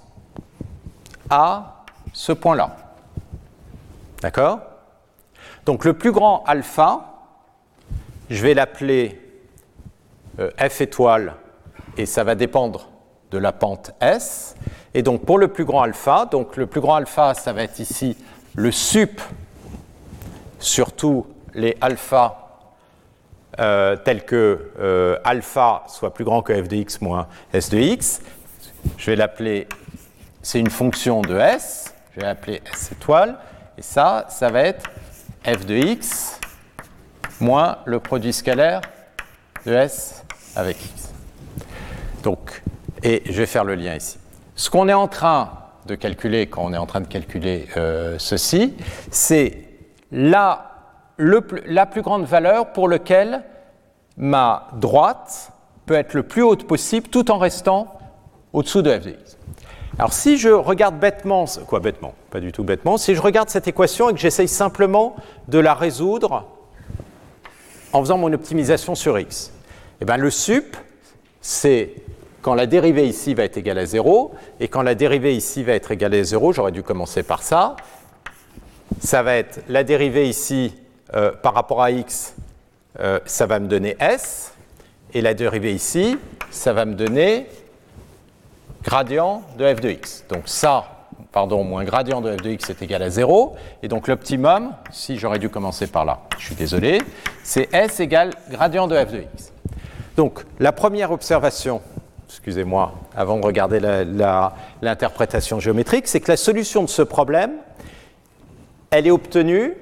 à ce point-là. D'accord? Donc le plus grand alpha, je vais l'appeler f étoile, et ça va dépendre de la pente S. Et donc pour le plus grand alpha, ça va être ici le sup sur tous les alpha tels que alpha soit plus grand que f de x moins s de x. Je vais l'appeler, c'est une fonction de s, je vais l'appeler s étoile, et ça va être f de x moins le produit scalaire de S avec X. Donc, et je vais faire le lien ici. Ce qu'on est en train de calculer quand on est en train de calculer ceci, c'est la plus grande valeur pour laquelle ma droite peut être le plus haute possible tout en restant au-dessous de f de x. Alors si je regarde bêtement, pas du tout bêtement, si je regarde cette équation et que j'essaye simplement de la résoudre en faisant mon optimisation sur x, eh bien le sup, c'est quand la dérivée ici va être égale à 0, et quand la dérivée ici va être égale à 0, j'aurais dû commencer par ça, ça va être la dérivée ici par rapport à x, ça va me donner s, et la dérivée ici, ça va me donner gradient de f de x. Donc ça, moins gradient de f de x est égal à 0, et donc l'optimum, si j'aurais dû commencer par là, je suis désolé, c'est s égale gradient de f de x. Donc la première observation, excusez-moi, avant de regarder l'interprétation géométrique, c'est que la solution de ce problème, elle est obtenue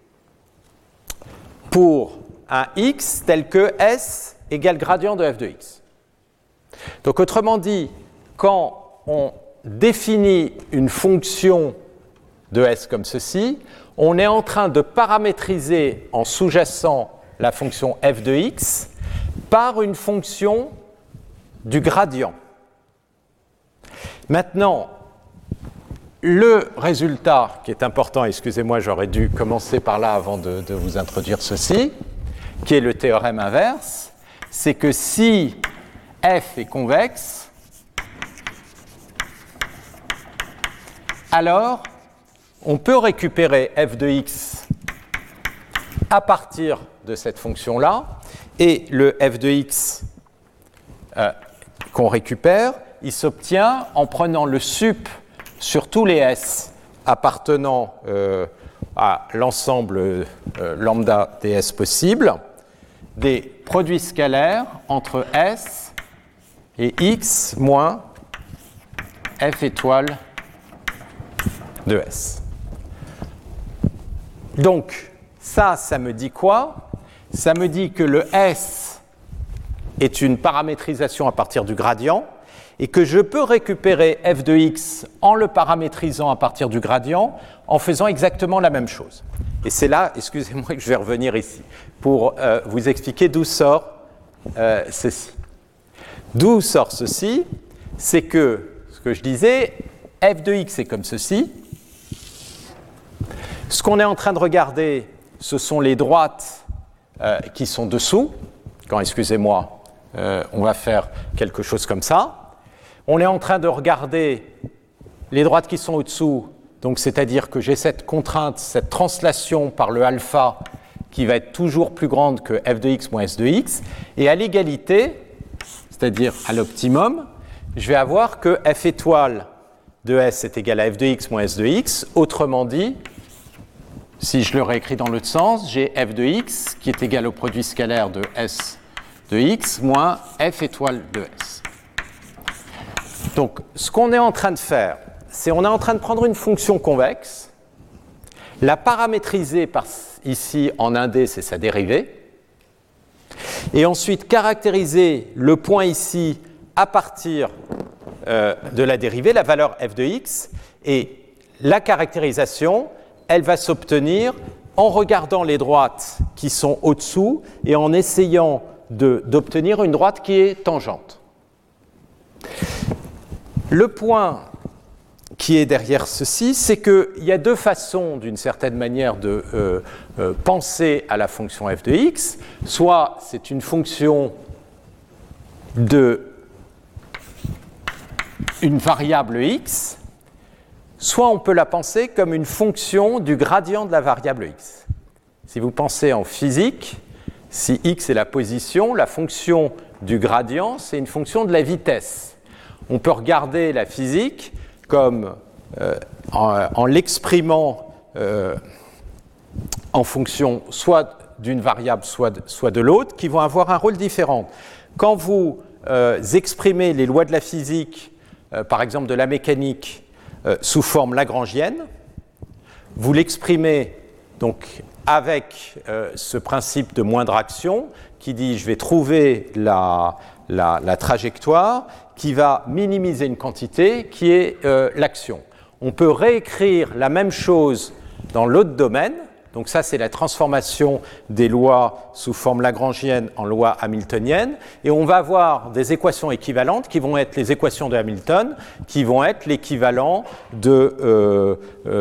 pour un x tel que s égale gradient de f de x. Donc autrement dit, quand on définit une fonction de s comme ceci, on est en train de paramétriser en sous-jacent la fonction f de x par une fonction du gradient. Maintenant, le résultat qui est important, excusez-moi, j'aurais dû commencer par là avant de vous introduire ceci, qui est le théorème inverse, c'est que si f est convexe, alors on peut récupérer f de x à partir de cette fonction-là, et le f de x qu'on récupère, il s'obtient en prenant le sup sur tous les s appartenant à l'ensemble lambda des s possibles, des produits scalaires entre s et x moins f étoile de s. Donc, ça me dit quoi? Ça me dit que le s est une paramétrisation à partir du gradient et que je peux récupérer f de x en le paramétrisant à partir du gradient en faisant exactement la même chose. Et c'est là, excusez-moi, que je vais revenir ici pour vous expliquer d'où sort ceci. D'où sort ceci, c'est que, ce que je disais, f de x est comme ceci. Ce qu'on est en train de regarder, ce sont les droites qui sont dessous. Quand, excusez-moi, on va faire quelque chose comme ça. On est en train de regarder les droites qui sont au-dessous, donc c'est-à-dire que j'ai cette contrainte, cette translation par le alpha qui va être toujours plus grande que f de x moins s de x, et à l'égalité, c'est-à-dire à l'optimum, je vais avoir que f étoile de s est égal à f de x moins s de x, autrement dit, si je le réécris dans l'autre sens, j'ai f de x qui est égal au produit scalaire de s de x moins f étoile de s. Donc, ce qu'on est en train de faire, c'est on est en train de prendre une fonction convexe, la paramétriser ici en 1D, c'est sa dérivée, et ensuite caractériser le point ici à partir de la dérivée, la valeur f de x, et la caractérisation, elle va s'obtenir en regardant les droites qui sont au-dessous et en essayant d'obtenir une droite qui est tangente. Le point qui est derrière ceci, c'est qu'il y a deux façons, d'une certaine manière, de penser à la fonction f de x. Soit c'est une fonction d'une variable x, soit on peut la penser comme une fonction du gradient de la variable x. Si vous pensez en physique, si x est la position, la fonction du gradient, c'est une fonction de la vitesse. On peut regarder la physique comme en l'exprimant en fonction soit d'une variable, soit de l'autre, qui vont avoir un rôle différent. Quand vous exprimez les lois de la physique, par exemple de la mécanique, sous forme lagrangienne, vous l'exprimez donc avec ce principe de moindre action qui dit je vais trouver la trajectoire qui va minimiser une quantité qui est l'action. On peut réécrire la même chose dans l'autre domaine. Donc ça, c'est la transformation des lois sous forme lagrangienne en lois hamiltoniennes. Et on va avoir des équations équivalentes qui vont être les équations de Hamilton, qui vont être l'équivalent de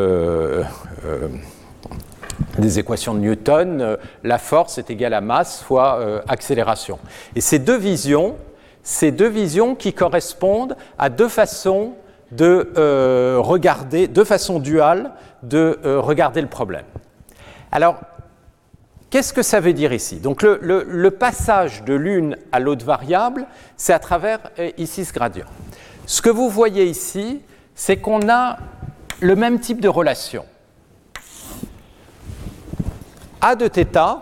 des équations de Newton. La force est égale à masse fois accélération. Et ces deux visions qui correspondent à deux façons de regarder, deux façons duales de regarder le problème. Alors, qu'est-ce que ça veut dire ici? Donc, le passage de l'une à l'autre variable, c'est à travers ici ce gradient. Ce que vous voyez ici, c'est qu'on a le même type de relation. A de θ,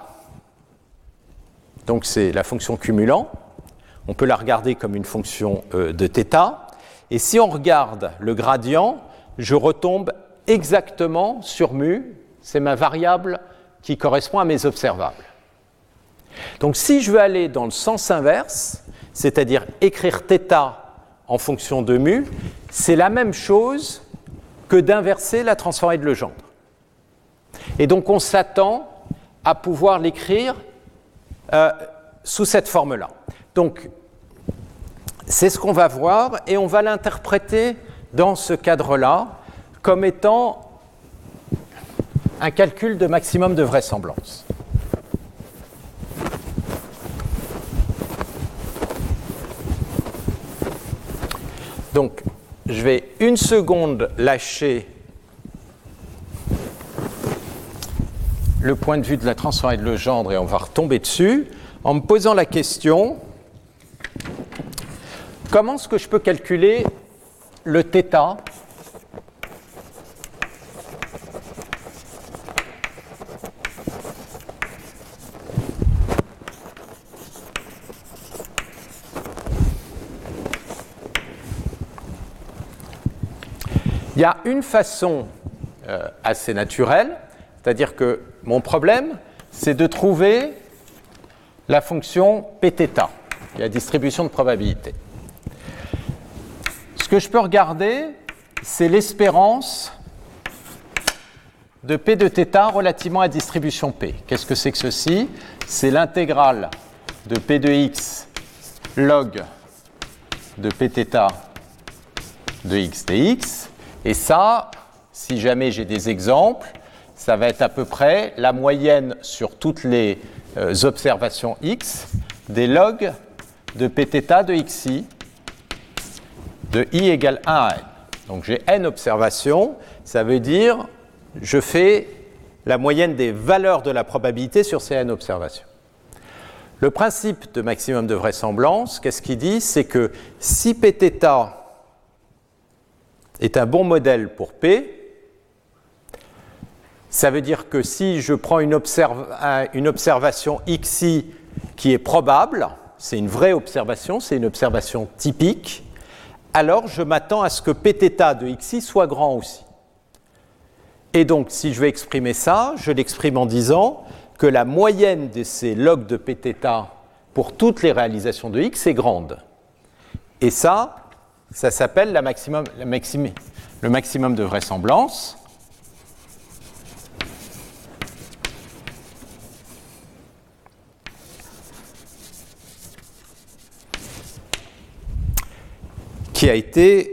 donc c'est la fonction cumulant, on peut la regarder comme une fonction de θ, et si on regarde le gradient, je retombe exactement sur mu, c'est ma variable qui correspond à mes observables. Donc si je veux aller dans le sens inverse, c'est-à-dire écrire θ en fonction de mu, c'est la même chose que d'inverser la transformée de Legendre. Et donc on s'attend à pouvoir l'écrire sous cette forme-là. Donc c'est ce qu'on va voir et on va l'interpréter dans ce cadre-là comme étant un calcul de maximum de vraisemblance. Donc, je vais une seconde lâcher le point de vue de la transformée de Legendre et on va retomber dessus en me posant la question comment est-ce que je peux calculer le θ Il y a une façon assez naturelle, c'est-à-dire que mon problème, c'est de trouver la fonction Pθ, qui est la distribution de probabilité. Ce que je peux regarder, c'est l'espérance de P de θ relativement à la distribution P. Qu'est-ce que c'est que ceci? C'est l'intégrale de P de x log de Pθ de x dx. Et ça, si jamais j'ai des exemples, ça va être à peu près la moyenne sur toutes les observations x des logs de Pθ de xi de i égale 1 à n. Donc j'ai n observations, ça veut dire je fais la moyenne des valeurs de la probabilité sur ces n observations. Le principe de maximum de vraisemblance, qu'est-ce qu'il dit? C'est que si Pθ est un bon modèle pour P, ça veut dire que si je prends une observation xi qui est probable, c'est une vraie observation, c'est une observation typique, alors je m'attends à ce que Pθ de xi soit grand aussi. Et donc, si je veux exprimer ça, je l'exprime en disant que la moyenne de ces logs de Pθ pour toutes les réalisations de x est grande. Et ça s'appelle le maximum de vraisemblance. Qui a été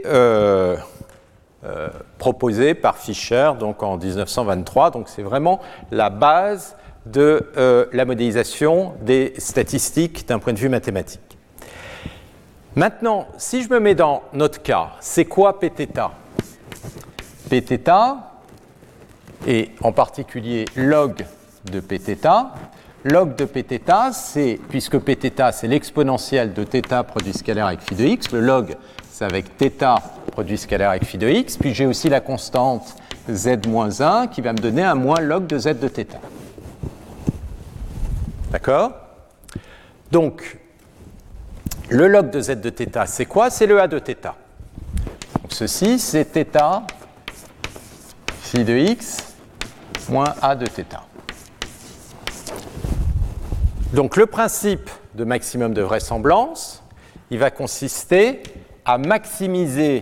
proposé par Fisher donc en 1923. Donc c'est vraiment la base de la modélisation des statistiques d'un point de vue mathématique. Maintenant, si je me mets dans notre cas, c'est quoi Pθ? Pθ et en particulier log de Pθ. Log de Pθ, c'est, puisque Pθ c'est l'exponentielle de θ produit scalaire avec phi de x, le log c'est avec θ produit scalaire avec phi de x, puis j'ai aussi la constante z-1 qui va me donner un moins log de z de θ. D'accord? Donc, le log de z de θ, c'est quoi? C'est le a de θ. Donc ceci, c'est θ phi de x moins a de θ. Donc le principe de maximum de vraisemblance, il va consister à maximiser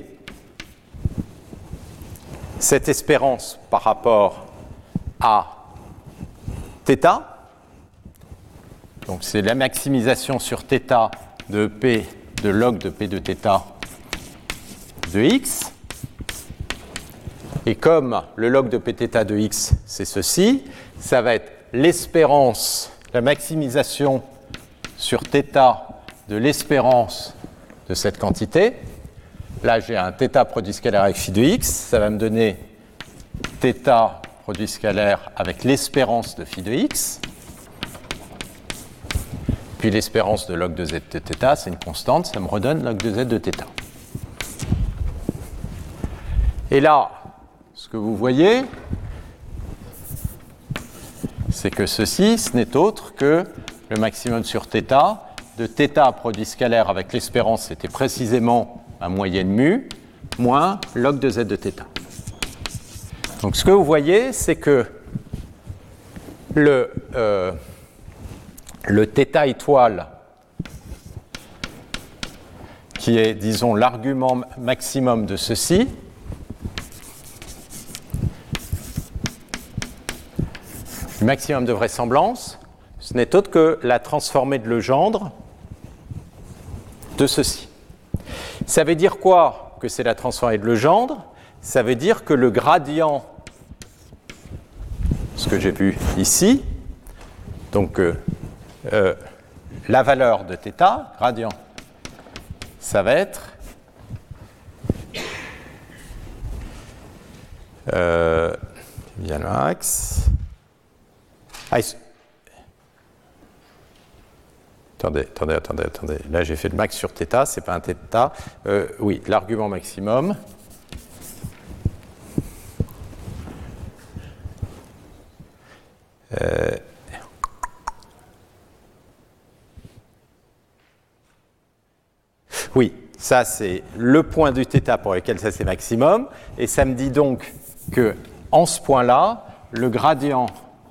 cette espérance par rapport à θ. Donc c'est la maximisation sur θ de P de log de P de θ de x. Et comme le log de Pθ de x, c'est ceci, ça va être l'espérance, la maximisation sur θ de l'espérance de cette quantité. Là, j'ai un θ produit scalaire avec phi de x, ça va me donner θ produit scalaire avec l'espérance de phi de x. Puis l'espérance de log de z de θ, c'est une constante, ça me redonne log de z de θ. Et là, ce que vous voyez, c'est que ceci, ce n'est autre que le maximum sur θ de θ produit scalaire avec l'espérance, c'était précisément ma moyenne mu, moins log de z de θ. Donc ce que vous voyez, c'est que le θ étoile, qui est, disons, l'argument maximum de ceci, le maximum de vraisemblance, ce n'est autre que la transformée de Legendre de ceci. Ça veut dire quoi que c'est la transformée de Legendre? Ça veut dire que le gradient, ce que j'ai vu ici, donc la valeur de θ, gradient, ça va être bien le max. Attendez. Là, j'ai fait le max sur θ, c'est pas un θ. Oui, l'argument maximum. Oui, ça, c'est le point du θ pour lequel ça, c'est maximum. Et ça me dit donc que, en ce point-là, le gradient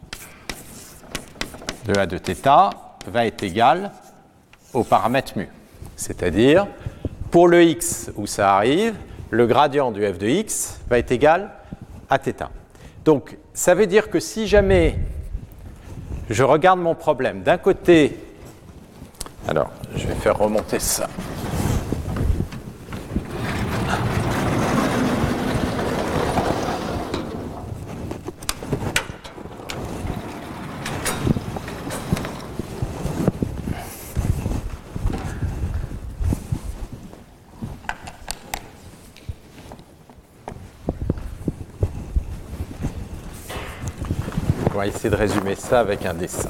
de A de θ va être égal au paramètre mu. C'est-à-dire, pour le x où ça arrive, le gradient du f de x va être égal à θ. Donc, ça veut dire que si jamais je regarde mon problème, d'un côté, alors, je vais faire remonter ça. On va essayer de résumer ça avec un dessin.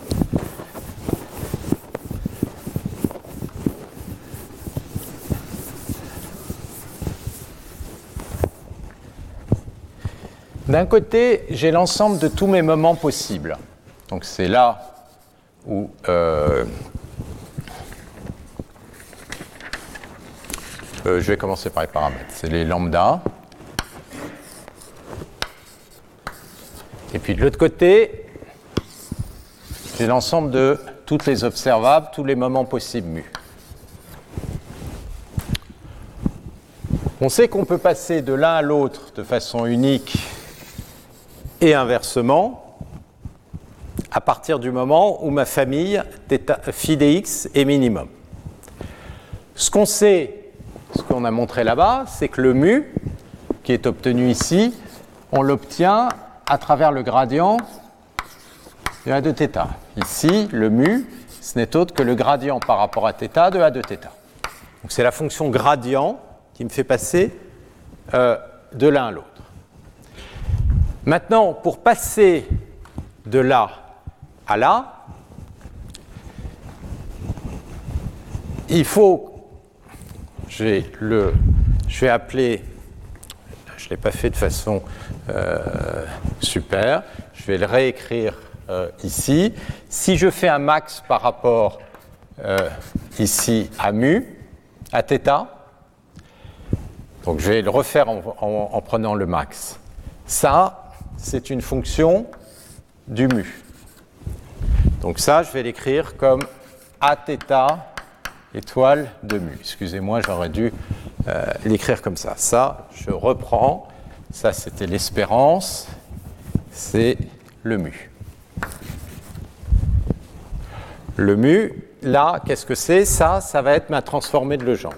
D'un côté, j'ai l'ensemble de tous mes moments possibles. Donc c'est là où je vais commencer par les paramètres. C'est les lambda. Et puis de l'autre côté, j'ai l'ensemble de toutes les observables, tous les moments possibles mu. On sait qu'on peut passer de l'un à l'autre de façon unique et inversement à partir du moment où ma famille phi dx est minimum. Ce qu'on sait, ce qu'on a montré là-bas, c'est que le mu, qui est obtenu ici, on l'obtient à travers le gradient de A de θ. Ici, le mu, ce n'est autre que le gradient par rapport à θ de A de θ. Donc c'est la fonction gradient qui me fait passer de l'un à l'autre. Maintenant, pour passer de là à là, il faut, je vais appeler, je ne l'ai pas fait de façon super, je vais le réécrire ici. Si je fais un max par rapport ici à mu, à θ, donc je vais le refaire en prenant le max. Ça, c'est une fonction du mu. Donc ça, je vais l'écrire comme Aθ étoile de mu. Excusez-moi, j'aurais dû l'écrire comme ça. Ça, je reprends. Ça, c'était l'espérance. C'est le mu. Le mu, là, qu'est-ce que c'est? Ça va être ma transformée de Legendre.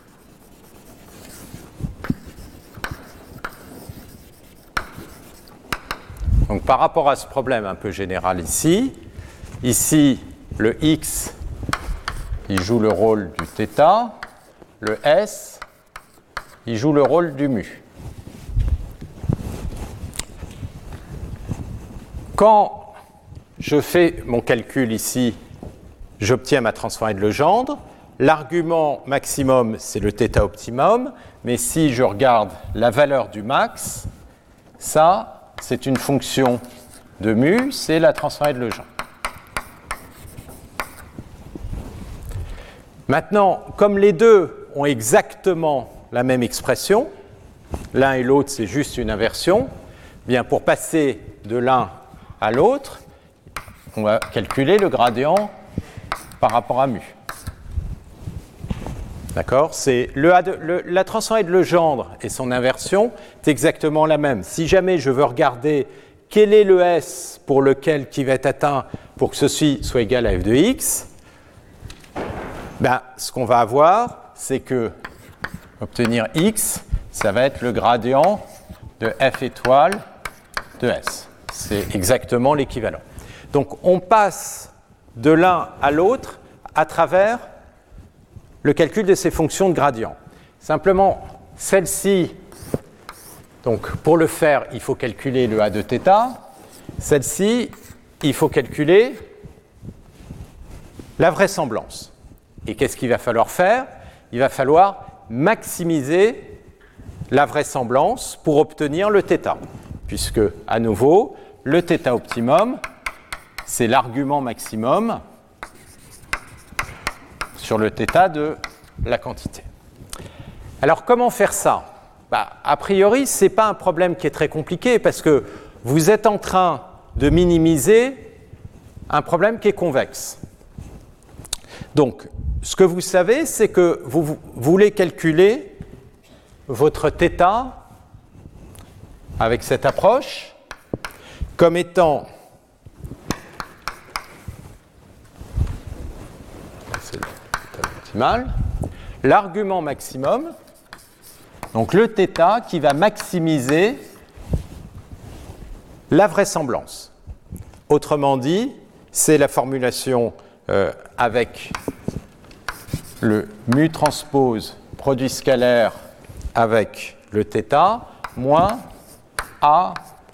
Donc par rapport à ce problème un peu général ici, le x, il joue le rôle du θ, le s, il joue le rôle du mu. Quand je fais mon calcul ici, j'obtiens ma transformée de Legendre. L'argument maximum, c'est le θ optimum, mais si je regarde la valeur du max, ça, c'est une fonction de mu, c'est la transformée de Legendre. Maintenant, comme les deux ont exactement la même expression, l'un et l'autre, c'est juste une inversion, bien pour passer de l'un à l'autre, on va calculer le gradient par rapport à mu. D'accord? C'est la transformée de Legendre et son inversion, c'est exactement la même. Si jamais je veux regarder quel est le S pour lequel qui va être atteint pour que ceci soit égal à f de x, ben, ce qu'on va avoir, c'est que obtenir x, ça va être le gradient de f étoile de S. C'est exactement l'équivalent. Donc on passe de l'un à l'autre à travers le calcul de ces fonctions de gradient. Simplement, celle-ci, donc pour le faire, il faut calculer le a de θ. Celle-ci, il faut calculer la vraisemblance. Et qu'est-ce qu'il va falloir faire? Il va falloir maximiser la vraisemblance pour obtenir le θ. Puisque, à nouveau, le θ optimum, c'est l'argument maximum sur le θ de la quantité. Alors, comment faire ça? A priori, ce n'est pas un problème qui est très compliqué parce que vous êtes en train de minimiser un problème qui est convexe. Donc, ce que vous savez, c'est que vous voulez calculer votre θ avec cette approche comme étant l'argument maximum, donc le θ qui va maximiser la vraisemblance. Autrement dit, c'est la formulation avec le mu transpose produit scalaire avec le θ moins a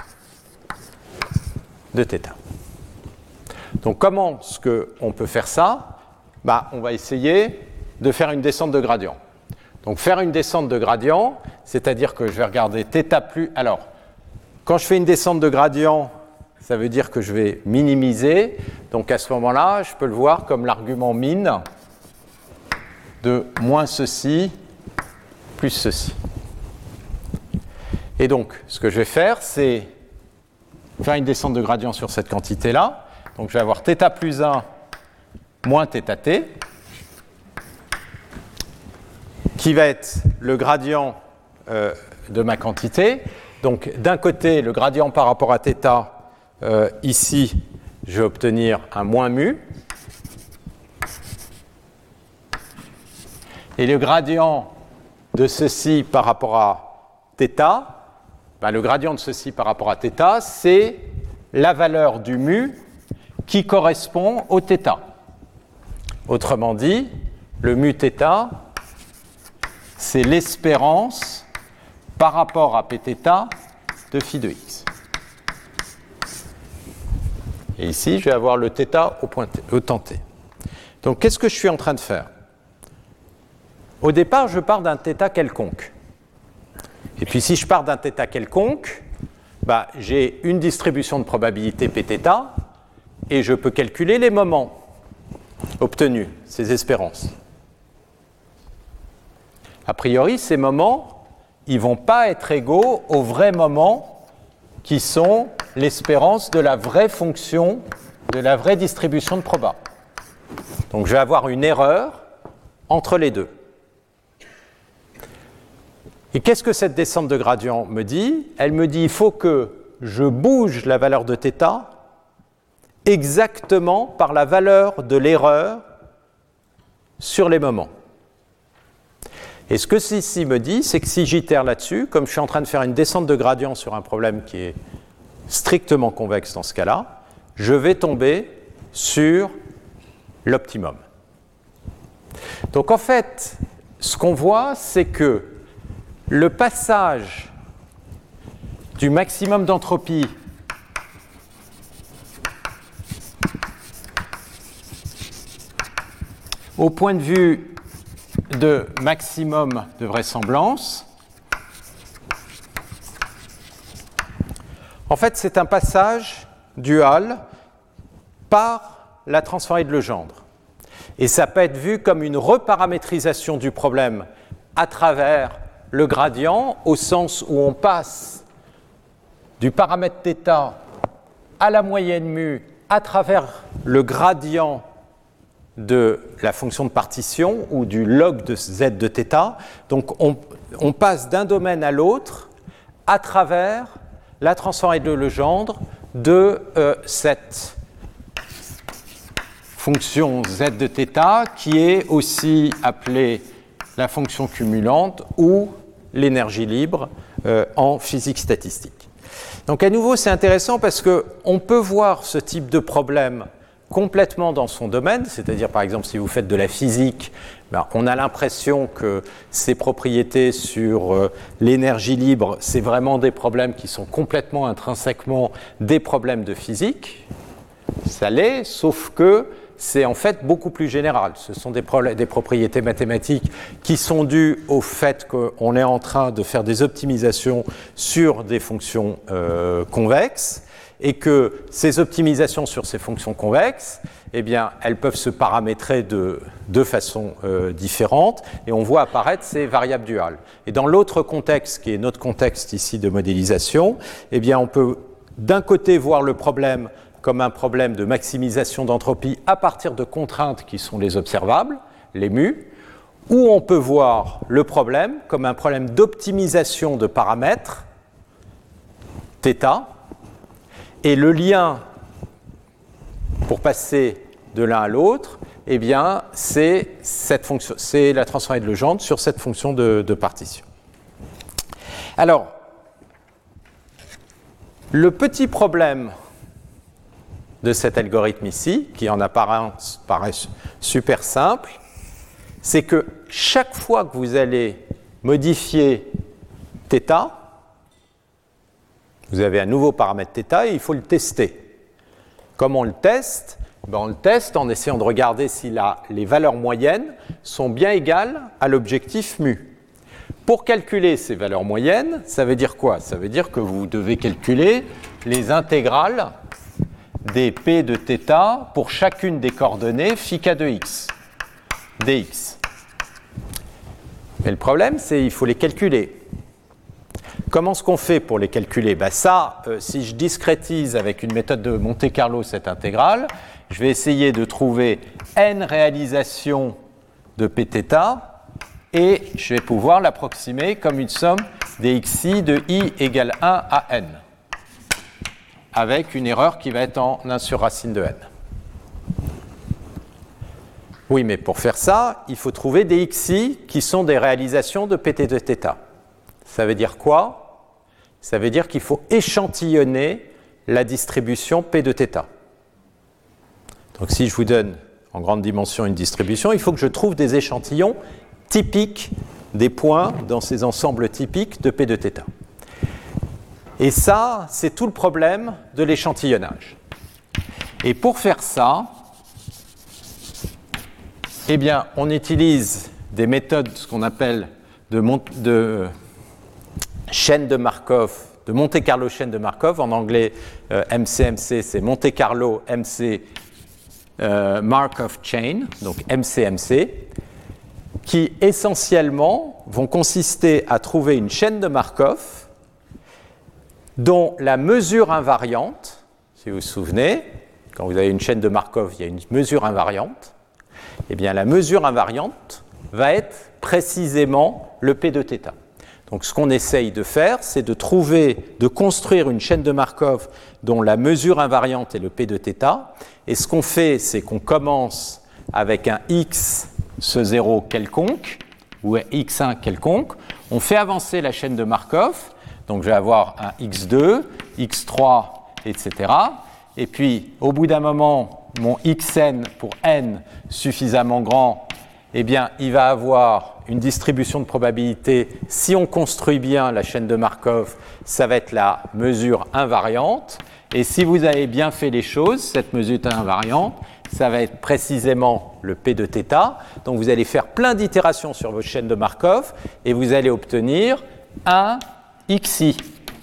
de θ. Donc comment est-ce qu'on peut faire ça? On va essayer de faire une descente de gradient. Donc faire une descente de gradient, c'est-à-dire que je vais regarder θ plus... Alors, quand je fais une descente de gradient, ça veut dire que je vais minimiser. Donc à ce moment-là, je peux le voir comme l'argument min de moins ceci plus ceci. Et donc, ce que je vais faire, c'est faire une descente de gradient sur cette quantité-là. Donc je vais avoir θ plus 1 moins θt, qui va être le gradient de ma quantité. Donc d'un côté, le gradient par rapport à θ, ici, je vais obtenir un moins mu. Et le gradient de ceci par rapport à θ, le gradient de ceci par rapport à θ, c'est la valeur du mu qui correspond au θ. Autrement dit, le mu θ, c'est l'espérance par rapport à pθ de phi de x. Et ici, je vais avoir le θ au temps t. Donc, qu'est-ce que je suis en train de faire? Au départ, je pars d'un θ quelconque. Et puis, si je pars d'un θ quelconque, j'ai une distribution de probabilité pθ et je peux calculer les moments obtenus, ces espérances. A priori, ces moments, ils ne vont pas être égaux aux vrais moments qui sont l'espérance de la vraie fonction de la vraie distribution de proba. Donc je vais avoir une erreur entre les deux. Et qu'est-ce que cette descente de gradient me dit? Elle me dit qu'il faut que je bouge la valeur de θ exactement par la valeur de l'erreur sur les moments. Et ce que ceci me dit, c'est que si j'itère là-dessus, comme je suis en train de faire une descente de gradient sur un problème qui est strictement convexe dans ce cas-là, je vais tomber sur l'optimum. Donc en fait, ce qu'on voit, c'est que le passage du maximum d'entropie au point de vue de maximum de vraisemblance, en fait, c'est un passage dual par la transformée de Legendre. Et ça peut être vu comme une reparamétrisation du problème à travers le gradient, au sens où on passe du paramètre θ à la moyenne mu à travers le gradient de la fonction de partition ou du log de z de θ. Donc on passe d'un domaine à l'autre à travers la transformée de Legendre de cette fonction z de θ qui est aussi appelée la fonction cumulante ou l'énergie libre en physique statistique. Donc à nouveau, c'est intéressant parce qu'on peut voir ce type de problème complètement dans son domaine, c'est-à-dire par exemple si vous faites de la physique, on a l'impression que ces propriétés sur l'énergie libre, c'est vraiment des problèmes qui sont complètement intrinsèquement des problèmes de physique. Ça l'est, sauf que c'est en fait beaucoup plus général. Ce sont des propriétés mathématiques qui sont dues au fait qu'on est en train de faire des optimisations sur des fonctions convexes et que ces optimisations sur ces fonctions convexes, eh bien, elles peuvent se paramétrer de façon différente et on voit apparaître ces variables duales. Et dans l'autre contexte, qui est notre contexte ici de modélisation, eh bien, on peut d'un côté voir le problème comme un problème de maximisation d'entropie à partir de contraintes qui sont les observables, les mu, ou on peut voir le problème comme un problème d'optimisation de paramètres, θ, et le lien pour passer de l'un à l'autre, eh bien, c'est la transformée de Legendre sur cette fonction de partition. Alors, le petit problème de cet algorithme ici, qui en apparence paraît super simple, c'est que chaque fois que vous allez modifier θ, vous avez un nouveau paramètre θ et il faut le tester. Comment on le teste? On le teste en essayant de regarder si les valeurs moyennes sont bien égales à l'objectif mu. Pour calculer ces valeurs moyennes, ça veut dire quoi? Ça veut dire que vous devez calculer les intégrales des p de θ pour chacune des coordonnées phi k de x, dx. Mais le problème, c'est qu'il faut les calculer. Comment est-ce qu'on fait pour les calculer? Si je discrétise avec une méthode de Monte-Carlo cette intégrale, je vais essayer de trouver n réalisations de pθ et je vais pouvoir l'approximer comme une somme des xi de i égale 1 à n, avec une erreur qui va être en 1 sur racine de n. Oui, mais pour faire ça, il faut trouver des xi qui sont des réalisations de pt de θ. Ça veut dire quoi? Ça veut dire qu'il faut échantillonner la distribution p de θ. Donc si je vous donne en grande dimension une distribution, il faut que je trouve des échantillons typiques des points dans ces ensembles typiques de p de θ. Et ça, c'est tout le problème de l'échantillonnage. Et pour faire ça, eh bien, on utilise des méthodes, ce qu'on appelle de chaîne de Markov, de Monte-Carlo chaîne de Markov. En anglais, MCMC, c'est Monte-Carlo MC Markov Chain, donc MCMC, qui essentiellement vont consister à trouver une chaîne de Markov dont la mesure invariante, si vous vous souvenez, quand vous avez une chaîne de Markov, il y a une mesure invariante, eh bien la mesure invariante va être précisément le P de θ. Donc ce qu'on essaye de faire, c'est de construire une chaîne de Markov dont la mesure invariante est le P de θ. Et ce qu'on fait, c'est qu'on commence avec un x, ce 0 quelconque, ou un x1 quelconque. On fait avancer la chaîne de Markov. Donc je vais avoir un x2, x3, etc. Et puis au bout d'un moment, mon xn pour n suffisamment grand, eh bien, il va avoir une distribution de probabilité. Si on construit bien la chaîne de Markov, ça va être la mesure invariante. Et si vous avez bien fait les choses, cette mesure invariante, ça va être précisément le P de θ. Donc vous allez faire plein d'itérations sur votre chaîne de Markov et vous allez obtenir un xi.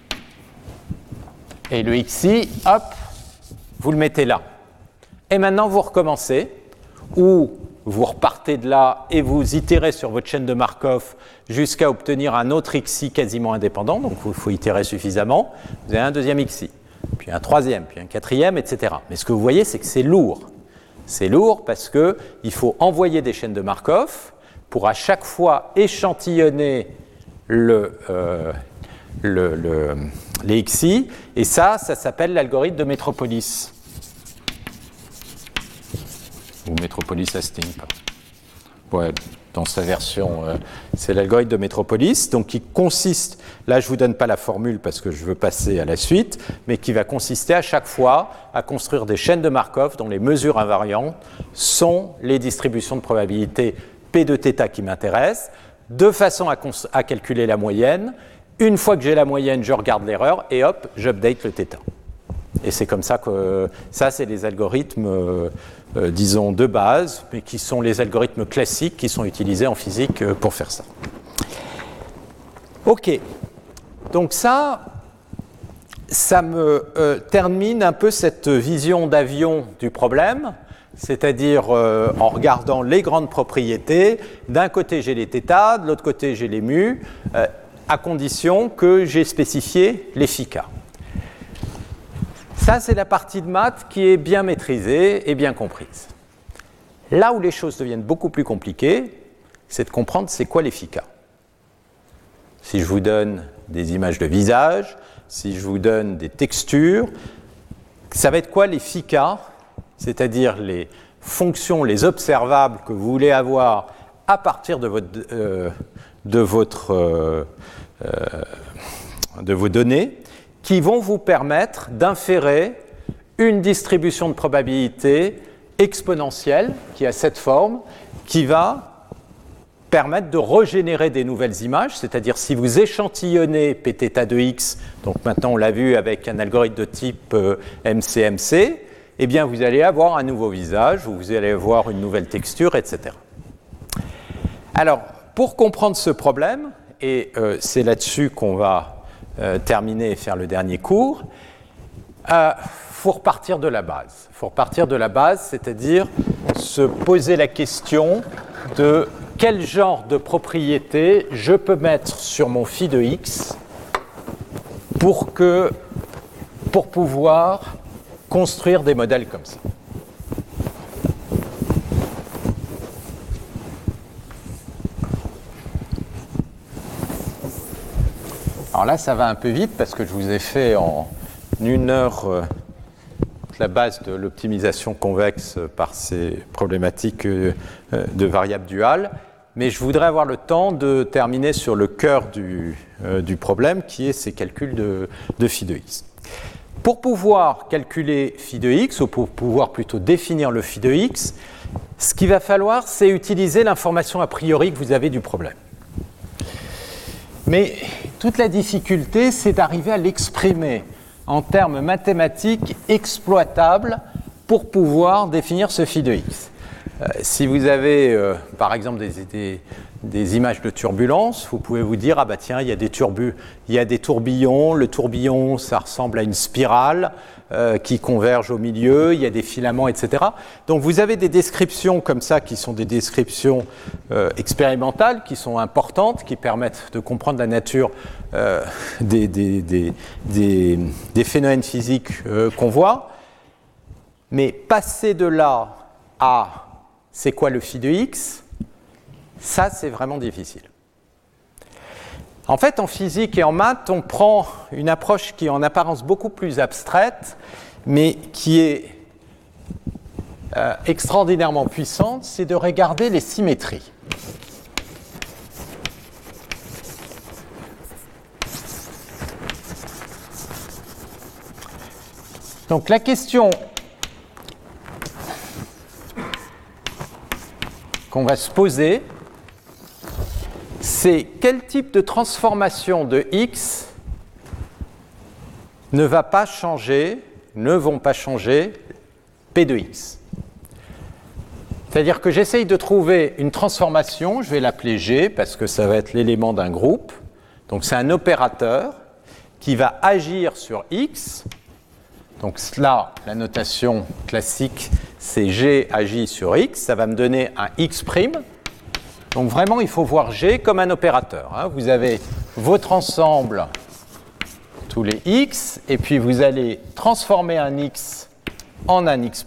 Et le xi, hop, vous le mettez là. Et maintenant, vous recommencez, ou vous repartez de là et vous itérez sur votre chaîne de Markov jusqu'à obtenir un autre xi quasiment indépendant. Donc, il faut itérer suffisamment. Vous avez un deuxième xi, puis un troisième, puis un quatrième, etc. Mais ce que vous voyez, c'est que c'est lourd. C'est lourd parce qu'il faut envoyer des chaînes de Markov pour à chaque fois échantillonner les xi. Et ça s'appelle l'algorithme de Metropolis. Ou Metropolis-Hastings. Ouais, dans sa version, c'est l'algorithme de Metropolis, donc qui consiste, là je ne vous donne pas la formule parce que je veux passer à la suite, mais qui va consister à chaque fois à construire des chaînes de Markov dont les mesures invariantes sont les distributions de probabilité P de θ qui m'intéressent, de façon à calculer la moyenne. Une fois que j'ai la moyenne, je regarde l'erreur et hop, j'update le θ. Et c'est comme ça que ça, c'est les algorithmes, disons, de base, mais qui sont les algorithmes classiques qui sont utilisés en physique pour faire ça. OK. Donc ça me termine un peu cette vision d'avion du problème, c'est-à-dire en regardant les grandes propriétés. D'un côté, j'ai les θ, de l'autre côté, j'ai les mu, à condition que j'ai spécifié les φ. Ça, c'est la partie de maths qui est bien maîtrisée et bien comprise. Là où les choses deviennent beaucoup plus compliquées, c'est de comprendre c'est quoi les φ. Si je vous donne des images de visage, si je vous donne des textures, ça va être quoi les φ, c'est-à-dire les fonctions, les observables que vous voulez avoir à partir de vos données, qui vont vous permettre d'inférer une distribution de probabilité exponentielle qui a cette forme, qui va permettre de régénérer des nouvelles images, c'est-à-dire si vous échantillonnez Pθ de x, donc maintenant on l'a vu avec un algorithme de type MCMC, eh bien vous allez avoir un nouveau visage, vous allez avoir une nouvelle texture, etc. Alors, pour comprendre ce problème, et c'est là-dessus qu'on va terminer et faire le dernier cours, faut repartir de la base. Faut repartir de la base, c'est-à-dire se poser la question de quel genre de propriété je peux mettre sur mon phi de x pour pouvoir construire des modèles comme ça. Alors là, ça va un peu vite parce que je vous ai fait en 1 heure la base de l'optimisation convexe par ces problématiques de variables duales. Mais je voudrais avoir le temps de terminer sur le cœur du problème, qui est ces calculs de phi de x. Pour pouvoir calculer phi de x, ou pour pouvoir plutôt définir le phi de x, ce qu'il va falloir, c'est utiliser l'information a priori que vous avez du problème. Mais toute la difficulté, c'est d'arriver à l'exprimer en termes mathématiques exploitables pour pouvoir définir ce phi de x. Si vous avez, par exemple, des images de turbulence, vous pouvez vous dire, ah bah tiens, il y a des tourbillons, le tourbillon, ça ressemble à une spirale qui converge au milieu, il y a des filaments, etc. Donc vous avez des descriptions comme ça qui sont des descriptions expérimentales, qui sont importantes, qui permettent de comprendre la nature des phénomènes physiques qu'on voit. Mais passer de là à c'est quoi le phi de x, ça c'est vraiment difficile. En fait, en physique et en maths, on prend une approche qui est en apparence beaucoup plus abstraite, mais qui est extraordinairement puissante, c'est de regarder les symétries. Donc la question qu'on va se poser, c'est quel type de transformation de x ne vont pas changer P de x. C'est-à-dire que j'essaye de trouver une transformation, je vais l'appeler G parce que ça va être l'élément d'un groupe. Donc c'est un opérateur qui va agir sur x. Donc là, la notation classique, c'est G agit sur x. Ça va me donner un x'. Donc vraiment, il faut voir G comme un opérateur. Vous avez votre ensemble, tous les x, et puis vous allez transformer un x en un x'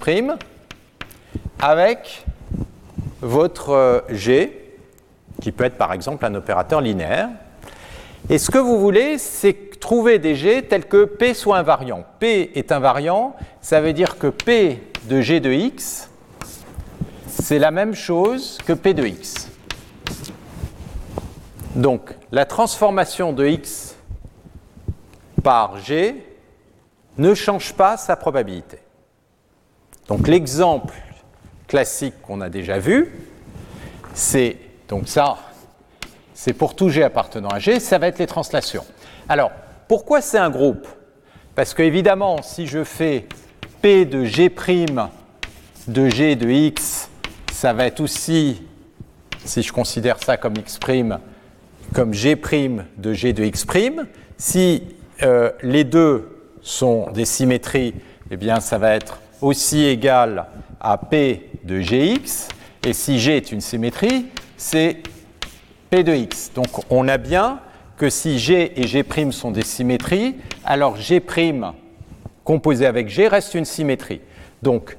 avec votre G, qui peut être par exemple un opérateur linéaire. Et ce que vous voulez, c'est trouver des G tels que P soit invariant. P est invariant, ça veut dire que P de G de x, c'est la même chose que P de x. Donc, la transformation de x par G ne change pas sa probabilité. Donc, l'exemple classique qu'on a déjà vu, c'est, donc ça, c'est pour tout G appartenant à G, ça va être les translations. Alors, pourquoi c'est un groupe? Parce que, évidemment, si je fais P de G' de G de x, ça va être aussi, si je considère ça comme x', comme G' de G de x'. Si les deux sont des symétries, eh bien ça va être aussi égal à P de Gx. Et si G est une symétrie, c'est P de x. Donc on a bien que si G et G' sont des symétries, alors G' composé avec G reste une symétrie. Donc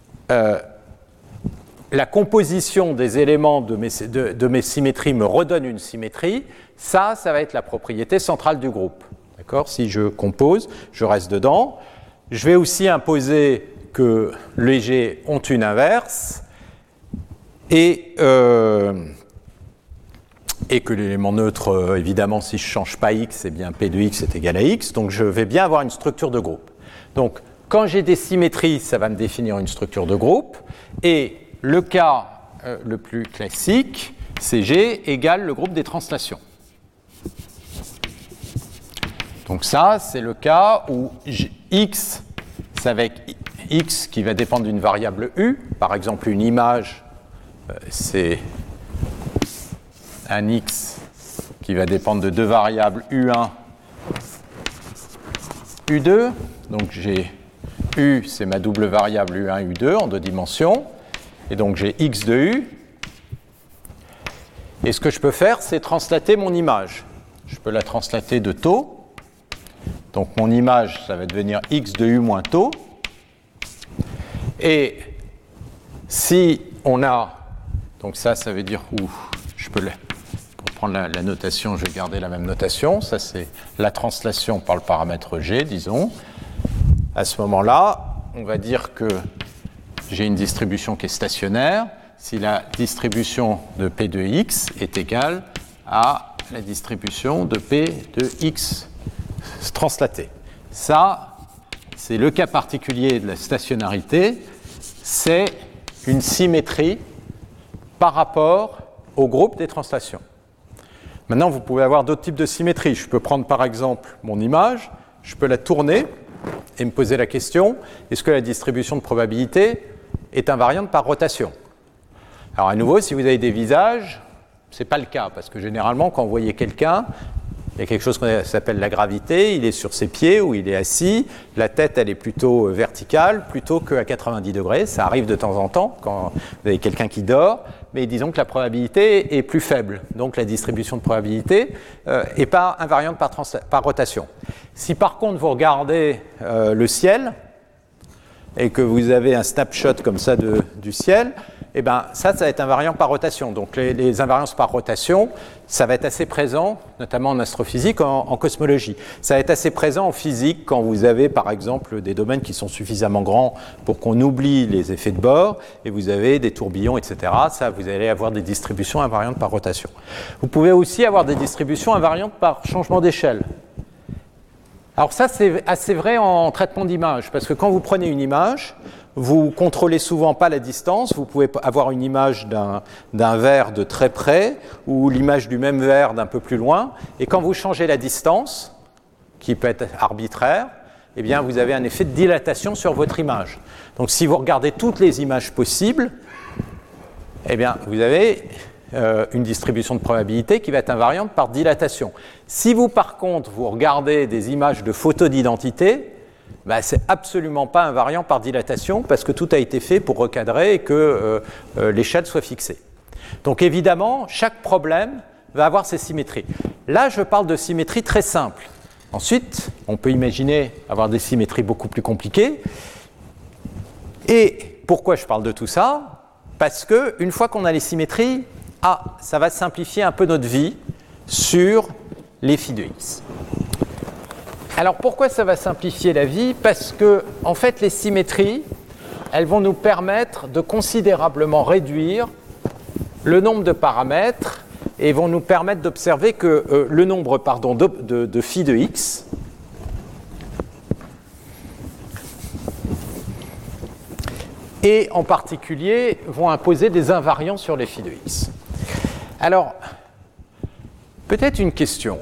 la composition des éléments de mes symétries me redonne une symétrie. Ça va être la propriété centrale du groupe. D'accord ? Si je compose, je reste dedans. Je vais aussi imposer que les G ont une inverse et que l'élément neutre, évidemment, si je ne change pas x, eh bien P de x est égal à x. Donc je vais bien avoir une structure de groupe. Donc quand j'ai des symétries, ça va me définir une structure de groupe. Et le cas le plus classique, c'est G égale le groupe des translations. Donc ça, c'est le cas où x, c'est avec x qui va dépendre d'une variable u. Par exemple, une image, c'est un x qui va dépendre de deux variables u1, u2. Donc j'ai u, c'est ma double variable u1, u2 en deux dimensions. Et donc j'ai x de u. Et ce que je peux faire, c'est translater mon image. Je peux la translater de taux. Donc mon image, ça va devenir x de u moins taux. Et si on a, donc ça veut dire où je peux, pour prendre la notation, je vais garder la même notation. Ça c'est la translation par le paramètre g, disons. À ce moment-là, on va dire que j'ai une distribution qui est stationnaire si la distribution de P de x est égale à la distribution de P de x translaté. Ça, c'est le cas particulier de la stationnarité, c'est une symétrie par rapport au groupe des translations. Maintenant, vous pouvez avoir d'autres types de symétries. Je peux prendre par exemple mon image, je peux la tourner et me poser la question, est-ce que la distribution de probabilité est invariante par rotation? Alors à nouveau, si vous avez des visages, ce n'est pas le cas, parce que généralement, quand vous voyez quelqu'un, il y a quelque chose qui s'appelle la gravité, il est sur ses pieds ou il est assis, la tête elle est plutôt verticale plutôt qu'à 90 degrés, ça arrive de temps en temps quand vous avez quelqu'un qui dort, mais disons que la probabilité est plus faible, donc la distribution de probabilité n'est pas invariante par rotation. Si par contre vous regardez le ciel, et que vous avez un snapshot comme ça du ciel, eh ben, ça va être invariant par rotation. Donc les invariances par rotation, ça va être assez présent, notamment en astrophysique, en cosmologie. Ça va être assez présent en physique quand vous avez, par exemple, des domaines qui sont suffisamment grands pour qu'on oublie les effets de bord, et vous avez des tourbillons, etc. Ça, vous allez avoir des distributions invariantes par rotation. Vous pouvez aussi avoir des distributions invariantes par changement d'échelle. Alors ça, c'est assez vrai en traitement d'image, parce que quand vous prenez une image, vous ne contrôlez souvent pas la distance. Vous pouvez avoir une image d'un verre de très près ou l'image du même verre d'un peu plus loin. Et quand vous changez la distance, qui peut être arbitraire, eh bien, vous avez un effet de dilatation sur votre image. Donc si vous regardez toutes les images possibles, eh bien, vous avez une distribution de probabilité qui va être invariante par dilatation. Si vous, par contre, vous regardez des images de photos d'identité, ben, ce n'est absolument pas invariant par dilatation parce que tout a été fait pour recadrer et que l'échelle soit fixée. Donc évidemment, chaque problème va avoir ses symétries. Là, je parle de symétries très simples. Ensuite, on peut imaginer avoir des symétries beaucoup plus compliquées. Et pourquoi je parle de tout ça? Parce qu'une fois qu'on a les symétries, ça va simplifier un peu notre vie sur les phi de x. Alors pourquoi ça va simplifier la vie? Parce que en fait les symétries, elles vont nous permettre de considérablement réduire le nombre de paramètres et vont nous permettre d'observer que le nombre de phi de x et en particulier vont imposer des invariants sur les phi de x. Alors peut-être une question.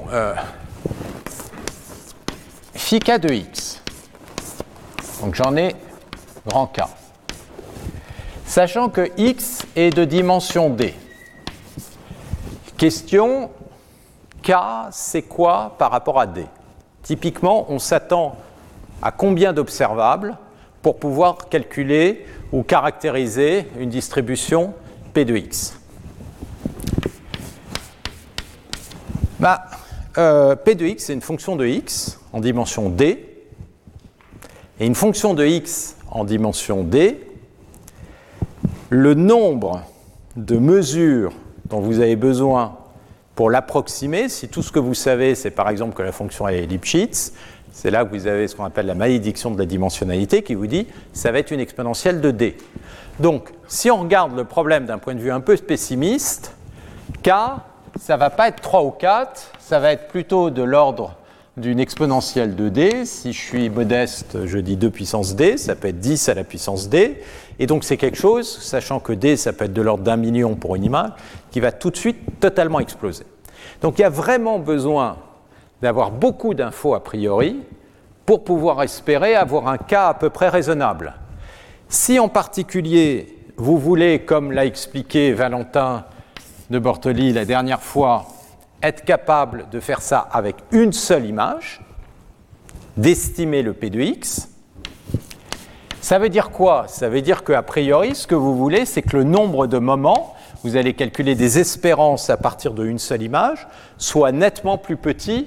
Phi k de x, donc j'en ai grand K, sachant que x est de dimension d. Question, K c'est quoi par rapport à d? Typiquement, on s'attend à combien d'observables pour pouvoir calculer ou caractériser une distribution P de x? P de x, c'est une fonction de x en dimension d. Et une fonction de x en dimension d, le nombre de mesures dont vous avez besoin pour l'approximer, si tout ce que vous savez, c'est par exemple que la fonction est Lipschitz, c'est là que vous avez ce qu'on appelle la malédiction de la dimensionnalité qui vous dit ça va être une exponentielle de d. Donc, si on regarde le problème d'un point de vue un peu pessimiste, k, ça ne va pas être 3 ou 4, ça va être plutôt de l'ordre d'une exponentielle de d. Si je suis modeste, je dis 2 puissance d, ça peut être 10 à la puissance d. Et donc c'est quelque chose, sachant que d, ça peut être de l'ordre d'1 million pour une image, qui va tout de suite totalement exploser. Donc il y a vraiment besoin d'avoir beaucoup d'infos a priori pour pouvoir espérer avoir un cas à peu près raisonnable. Si en particulier, vous voulez, comme l'a expliqué Valentin de Bortoli la dernière fois, être capable de faire ça avec une seule image, d'estimer le P de x, ça veut dire quoi? Ça veut dire qu'a priori, ce que vous voulez, c'est que le nombre de moments, vous allez calculer des espérances à partir d'une seule image, soit nettement plus petit,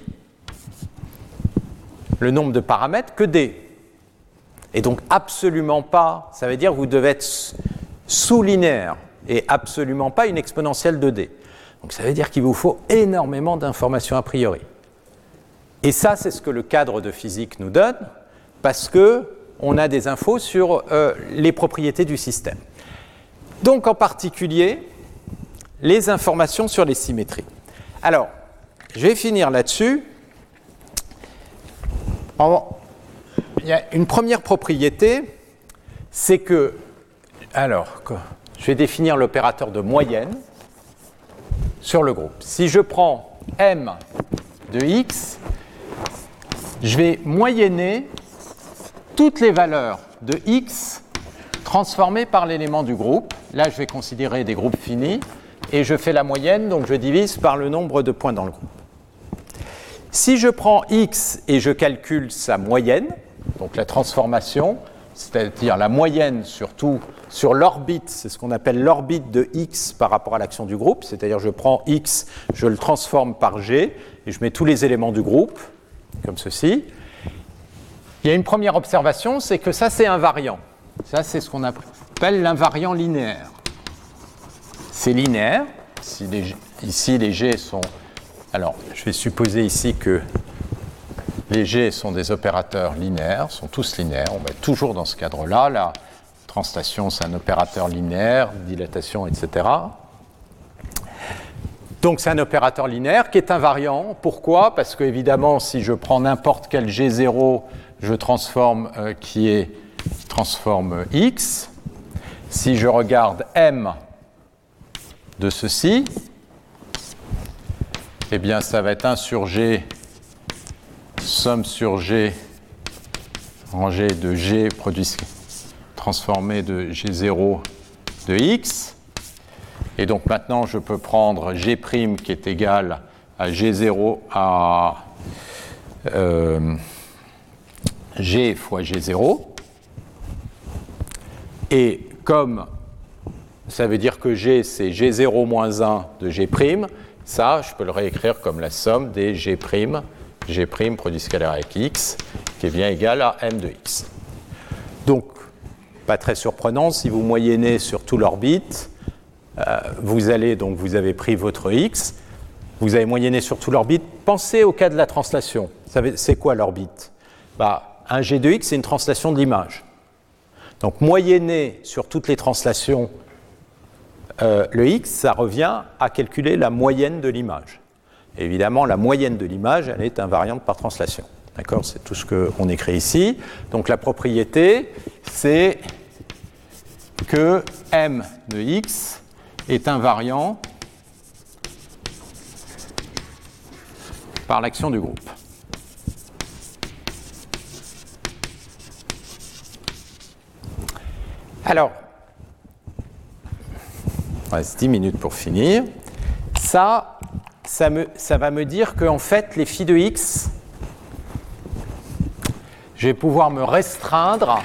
le nombre de paramètres, que d. Et donc absolument pas, ça veut dire que vous devez être sous-linéaire et absolument pas une exponentielle de d. Donc ça veut dire qu'il vous faut énormément d'informations a priori. Et ça, c'est ce que le cadre de physique nous donne, parce qu'on a des infos sur les propriétés du système. Donc en particulier, les informations sur les symétries. Alors, je vais finir là-dessus. Il y a une première propriété, c'est que, alors, je vais définir l'opérateur de moyenne sur le groupe. Si je prends m de x, je vais moyenner toutes les valeurs de x transformées par l'élément du groupe. Là, je vais considérer des groupes finis et je fais la moyenne, donc je divise par le nombre de points dans le groupe. Si je prends x et je calcule sa moyenne, donc la transformation, c'est-à-dire la moyenne surtout sur l'orbite, c'est ce qu'on appelle l'orbite de x par rapport à l'action du groupe, c'est-à-dire je prends x, je le transforme par g, et je mets tous les éléments du groupe, comme ceci. Il y a une première observation, c'est que ça c'est invariant. Ça, c'est ce qu'on appelle l'invariant linéaire. C'est linéaire. Ici, les G sont... Alors, je vais supposer ici que les G sont des opérateurs linéaires, sont tous linéaires. On va être toujours dans ce cadre-là. La translation, c'est un opérateur linéaire, dilatation, etc. Donc, c'est un opérateur linéaire qui est invariant. Pourquoi? Parce que, évidemment, si je prends n'importe quel G0, je transforme qui transforme X. Si je regarde M de ceci, eh bien, ça va être 1 sur G, somme sur G, rangée de G produit transformé de G0 de X. Et donc maintenant, je peux prendre G' qui est égal à G0 à G fois G0. Et comme ça veut dire que G, c'est G0 moins 1 de G', ça, je peux le réécrire comme la somme des G', produit scalaire avec X, qui est bien égal à M de X. Donc, pas très surprenant, si vous moyennez sur tout l'orbite, vous avez pris votre X, vous avez moyenné sur tout l'orbite. Pensez au cas de la translation. C'est quoi l'orbite? Un G de X, c'est une translation de l'image. Donc, moyenner sur toutes les translations le X, ça revient à calculer la moyenne de l'image. Évidemment, la moyenne de l'image, elle est invariante par translation. D'accord? C'est tout ce qu'on écrit ici. Donc, la propriété, c'est que M de X est invariant par l'action du groupe. Alors, il reste 10 minutes pour finir. Ça va me dire qu'en fait, les phi de X, je vais pouvoir me restreindre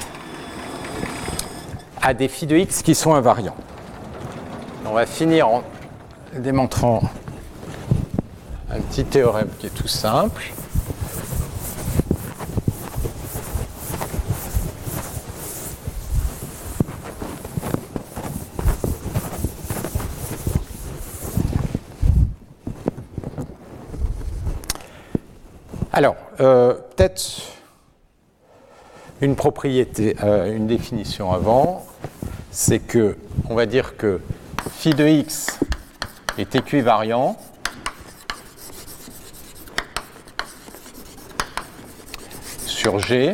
à des phi de X qui sont invariants. On va finir en démontrant un petit théorème qui est tout simple. Alors, peut-être une propriété, une définition avant, c'est que, on va dire que phi de X est équivariant sur G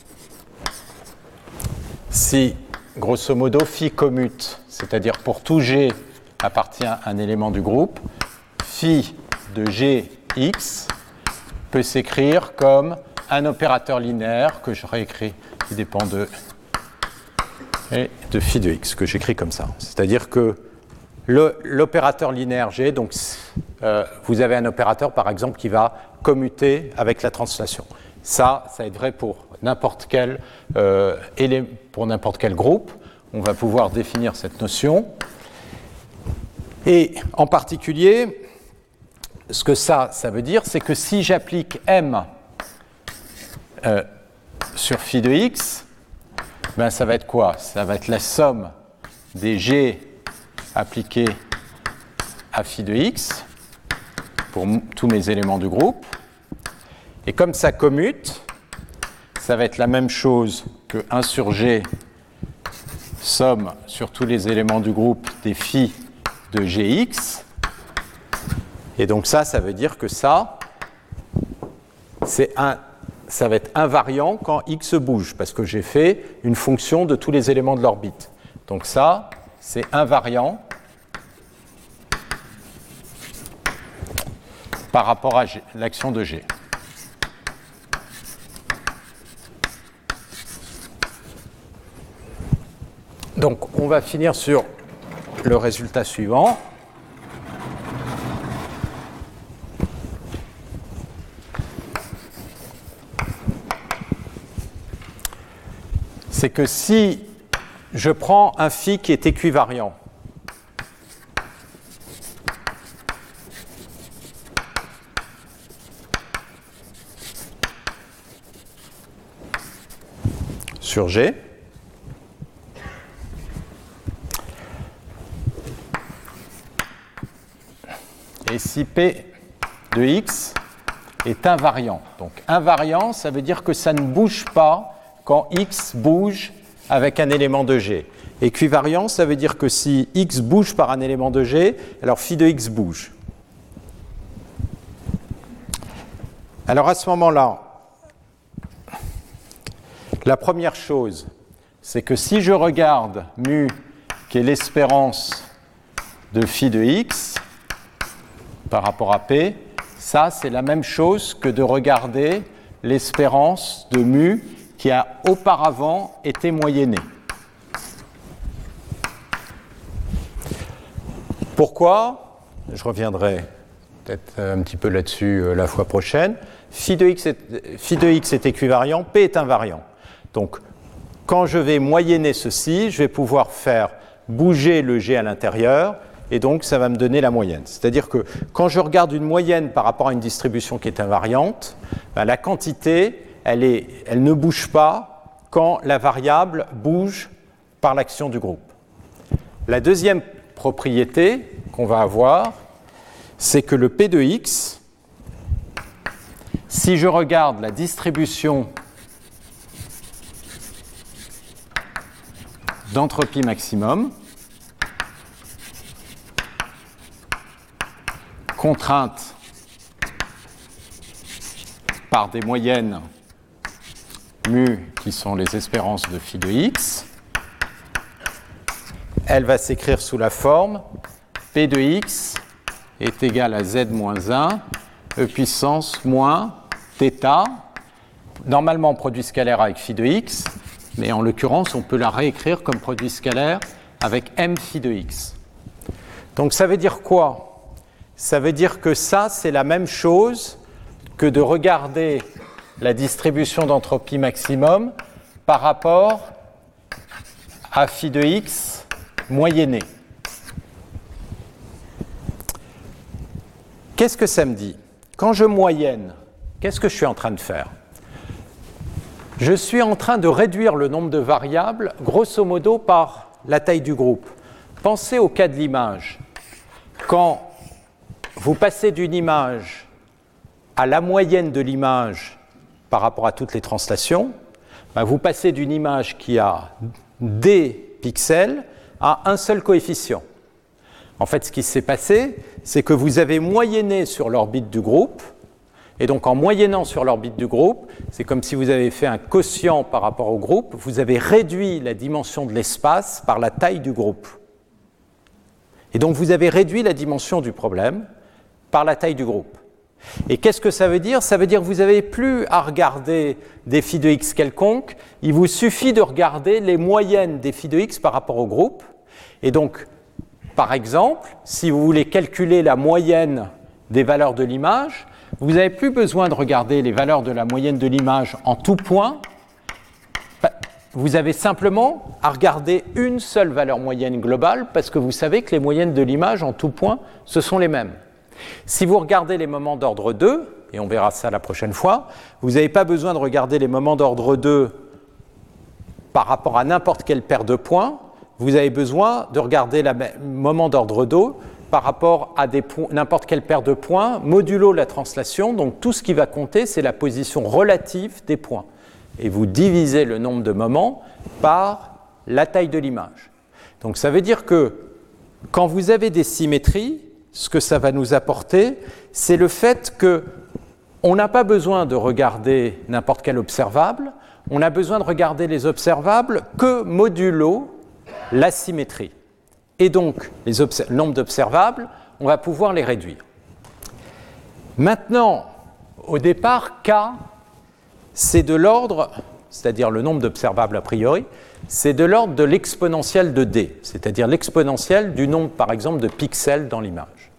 si, grosso modo, phi commute, c'est-à-dire pour tout G appartient à un élément du groupe, phi de Gx peut s'écrire comme un opérateur linéaire que je réécris, qui dépend de phi de x, que j'écris comme ça. C'est-à-dire que l'opérateur linéaire G, donc vous avez un opérateur, par exemple, qui va commuter avec la translation. Ça va être vrai pour n'importe quel groupe. On va pouvoir définir cette notion. Et en particulier, ce que ça veut dire, c'est que si j'applique M sur phi de x, ben ça va être quoi? Ça va être la somme des G appliqués à phi de x pour tous mes éléments du groupe. Et comme ça commute, ça va être la même chose que 1 sur G somme sur tous les éléments du groupe des phi de Gx. Et donc ça veut dire que ça va être invariant quand x bouge, parce que j'ai fait une fonction de tous les éléments de l'orbite. Donc ça, c'est invariant par rapport à l'action de G. Donc on va finir sur le résultat suivant. C'est que si je prends un phi qui est équivariant, sur G, si P de x est invariant. Donc invariant, ça veut dire que ça ne bouge pas quand x bouge avec un élément de G. Équivariant, ça veut dire que si x bouge par un élément de G, alors phi de x bouge. Alors à ce moment-là, la première chose, c'est que si je regarde mu, qui est l'espérance de phi de x par rapport à P, ça c'est la même chose que de regarder l'espérance de mu qui a auparavant été moyennée. Pourquoi? Je reviendrai peut-être un petit peu là-dessus la fois prochaine. Phi de x est équivariant, P est invariant. Donc, quand je vais moyenner ceci, je vais pouvoir faire bouger le G à l'intérieur, et donc ça va me donner la moyenne. C'est-à-dire que quand je regarde une moyenne par rapport à une distribution qui est invariante, ben, la quantité, elle ne bouge pas quand la variable bouge par l'action du groupe. La deuxième propriété qu'on va avoir, c'est que le P de x, si je regarde la distribution d'entropie maximum, contrainte par des moyennes mu qui sont les espérances de phi de x, elle va s'écrire sous la forme P de x est égal à z moins 1, e puissance moins θ, normalement produit scalaire avec phi de x, mais en l'occurrence, on peut la réécrire comme produit scalaire avec m phi de x. Donc ça veut dire quoi? Ça veut dire que ça, c'est la même chose que de regarder la distribution d'entropie maximum par rapport à phi de x moyenné. Qu'est-ce que ça me dit? Quand je moyenne, qu'est-ce que je suis en train de faire? Je suis en train de réduire le nombre de variables, grosso modo, par la taille du groupe. Pensez au cas de l'image. Quand vous passez d'une image à la moyenne de l'image par rapport à toutes les translations, ben vous passez d'une image qui a des pixels à un seul coefficient. En fait, ce qui s'est passé, c'est que vous avez moyenné sur l'orbite du groupe, et donc en moyennant sur l'orbite du groupe, c'est comme si vous avez fait un quotient par rapport au groupe, vous avez réduit la dimension de l'espace par la taille du groupe. Et donc vous avez réduit la dimension du problème par la taille du groupe. Et qu'est-ce que ça veut dire? Ça veut dire que vous n'avez plus à regarder des phi de x quelconques, il vous suffit de regarder les moyennes des phi de x par rapport au groupe. Et donc, par exemple, si vous voulez calculer la moyenne des valeurs de l'image, vous n'avez plus besoin de regarder les valeurs de la moyenne de l'image en tout point. Vous avez simplement à regarder une seule valeur moyenne globale parce que vous savez que les moyennes de l'image en tout point, ce sont les mêmes. Si vous regardez les moments d'ordre 2, et on verra ça la prochaine fois, vous n'avez pas besoin de regarder les moments d'ordre 2 par rapport à n'importe quelle paire de points, vous avez besoin de regarder le moment d'ordre 2 par rapport à n'importe quelle paire de points, modulo la translation, donc tout ce qui va compter, c'est la position relative des points. Et vous divisez le nombre de moments par la taille de l'image. Donc ça veut dire que quand vous avez des symétries, ce que ça va nous apporter, c'est le fait qu'on n'a pas besoin de regarder n'importe quel observable, on a besoin de regarder les observables que modulo la symétrie. Et donc, le nombre d'observables, on va pouvoir les réduire. Maintenant, au départ, K, c'est de l'ordre, c'est-à-dire le nombre d'observables a priori, c'est de l'ordre de l'exponentielle de D, c'est-à-dire l'exponentielle du nombre, par exemple, de pixels dans l'image.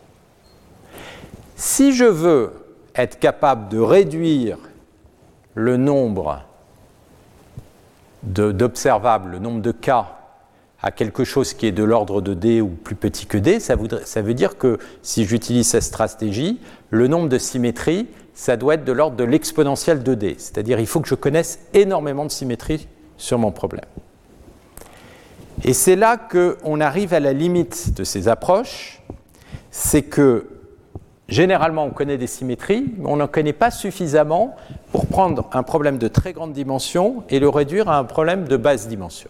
Si je veux être capable de réduire le nombre d'observables, le nombre de K, à quelque chose qui est de l'ordre de D ou plus petit que D, ça veut dire que si j'utilise cette stratégie, le nombre de symétries, ça doit être de l'ordre de l'exponentielle de D. C'est-à-dire il faut que je connaisse énormément de symétries sur mon problème. Et c'est là qu'on arrive à la limite de ces approches, c'est que Généralement, on connaît des symétries, mais on n'en connaît pas suffisamment pour prendre un problème de très grande dimension et le réduire à un problème de basse dimension.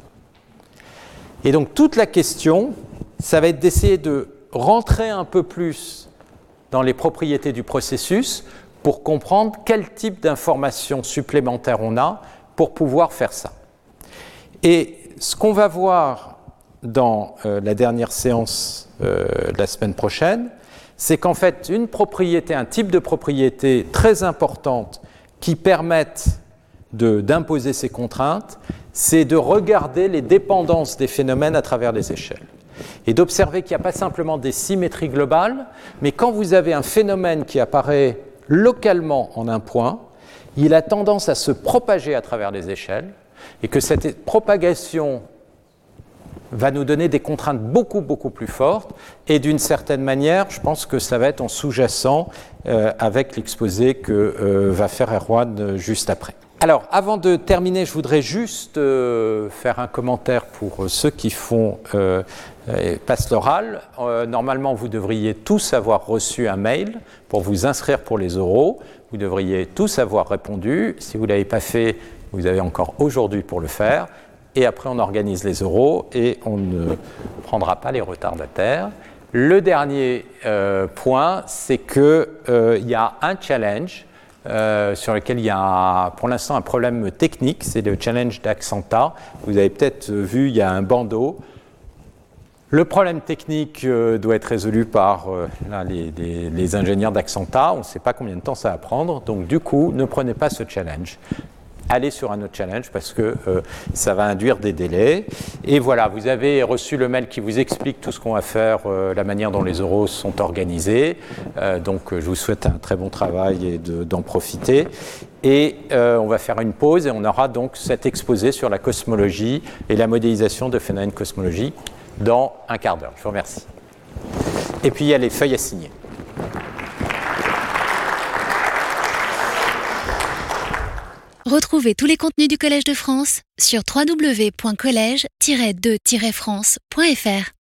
Et donc, toute la question, ça va être d'essayer de rentrer un peu plus dans les propriétés du processus pour comprendre quel type d'informations supplémentaires on a pour pouvoir faire ça. Et ce qu'on va voir dans la dernière séance de la semaine prochaine, c'est qu'en fait, une propriété, un type de propriété très importante qui permettent d'imposer ces contraintes, c'est de regarder les dépendances des phénomènes à travers les échelles. Et d'observer qu'il n'y a pas simplement des symétries globales, mais quand vous avez un phénomène qui apparaît localement en un point, il a tendance à se propager à travers les échelles, et que cette propagation va nous donner des contraintes beaucoup, beaucoup plus fortes. Et d'une certaine manière, je pense que ça va être en sous-jacent avec l'exposé que va faire Erwan juste après. Alors, avant de terminer, je voudrais juste faire un commentaire pour ceux qui passent l'oral. Normalement, vous devriez tous avoir reçu un mail pour vous inscrire pour les oraux. Vous devriez tous avoir répondu. Si vous ne l'avez pas fait, vous avez encore aujourd'hui pour le faire. Et après, on organise les oraux et on ne prendra pas les retardataires. Le dernier point, c'est qu'il y a un challenge sur lequel il y a pour l'instant un problème technique, c'est le challenge d'Accenta. Vous avez peut-être vu, il y a un bandeau. Le problème technique doit être résolu par les ingénieurs d'Accenta. On ne sait pas combien de temps ça va prendre, donc du coup, ne prenez pas ce challenge. Allez sur un autre challenge parce que ça va induire des délais. Et voilà, vous avez reçu le mail qui vous explique tout ce qu'on va faire, la manière dont les oraux sont organisés. Donc je vous souhaite un très bon travail et d'en profiter. Et on va faire une pause et on aura donc cet exposé sur la cosmologie et la modélisation de phénomènes cosmologiques dans un quart d'heure. Je vous remercie. Et puis il y a les feuilles à signer. Retrouvez tous les contenus du Collège de France sur www.collège-2-france.fr.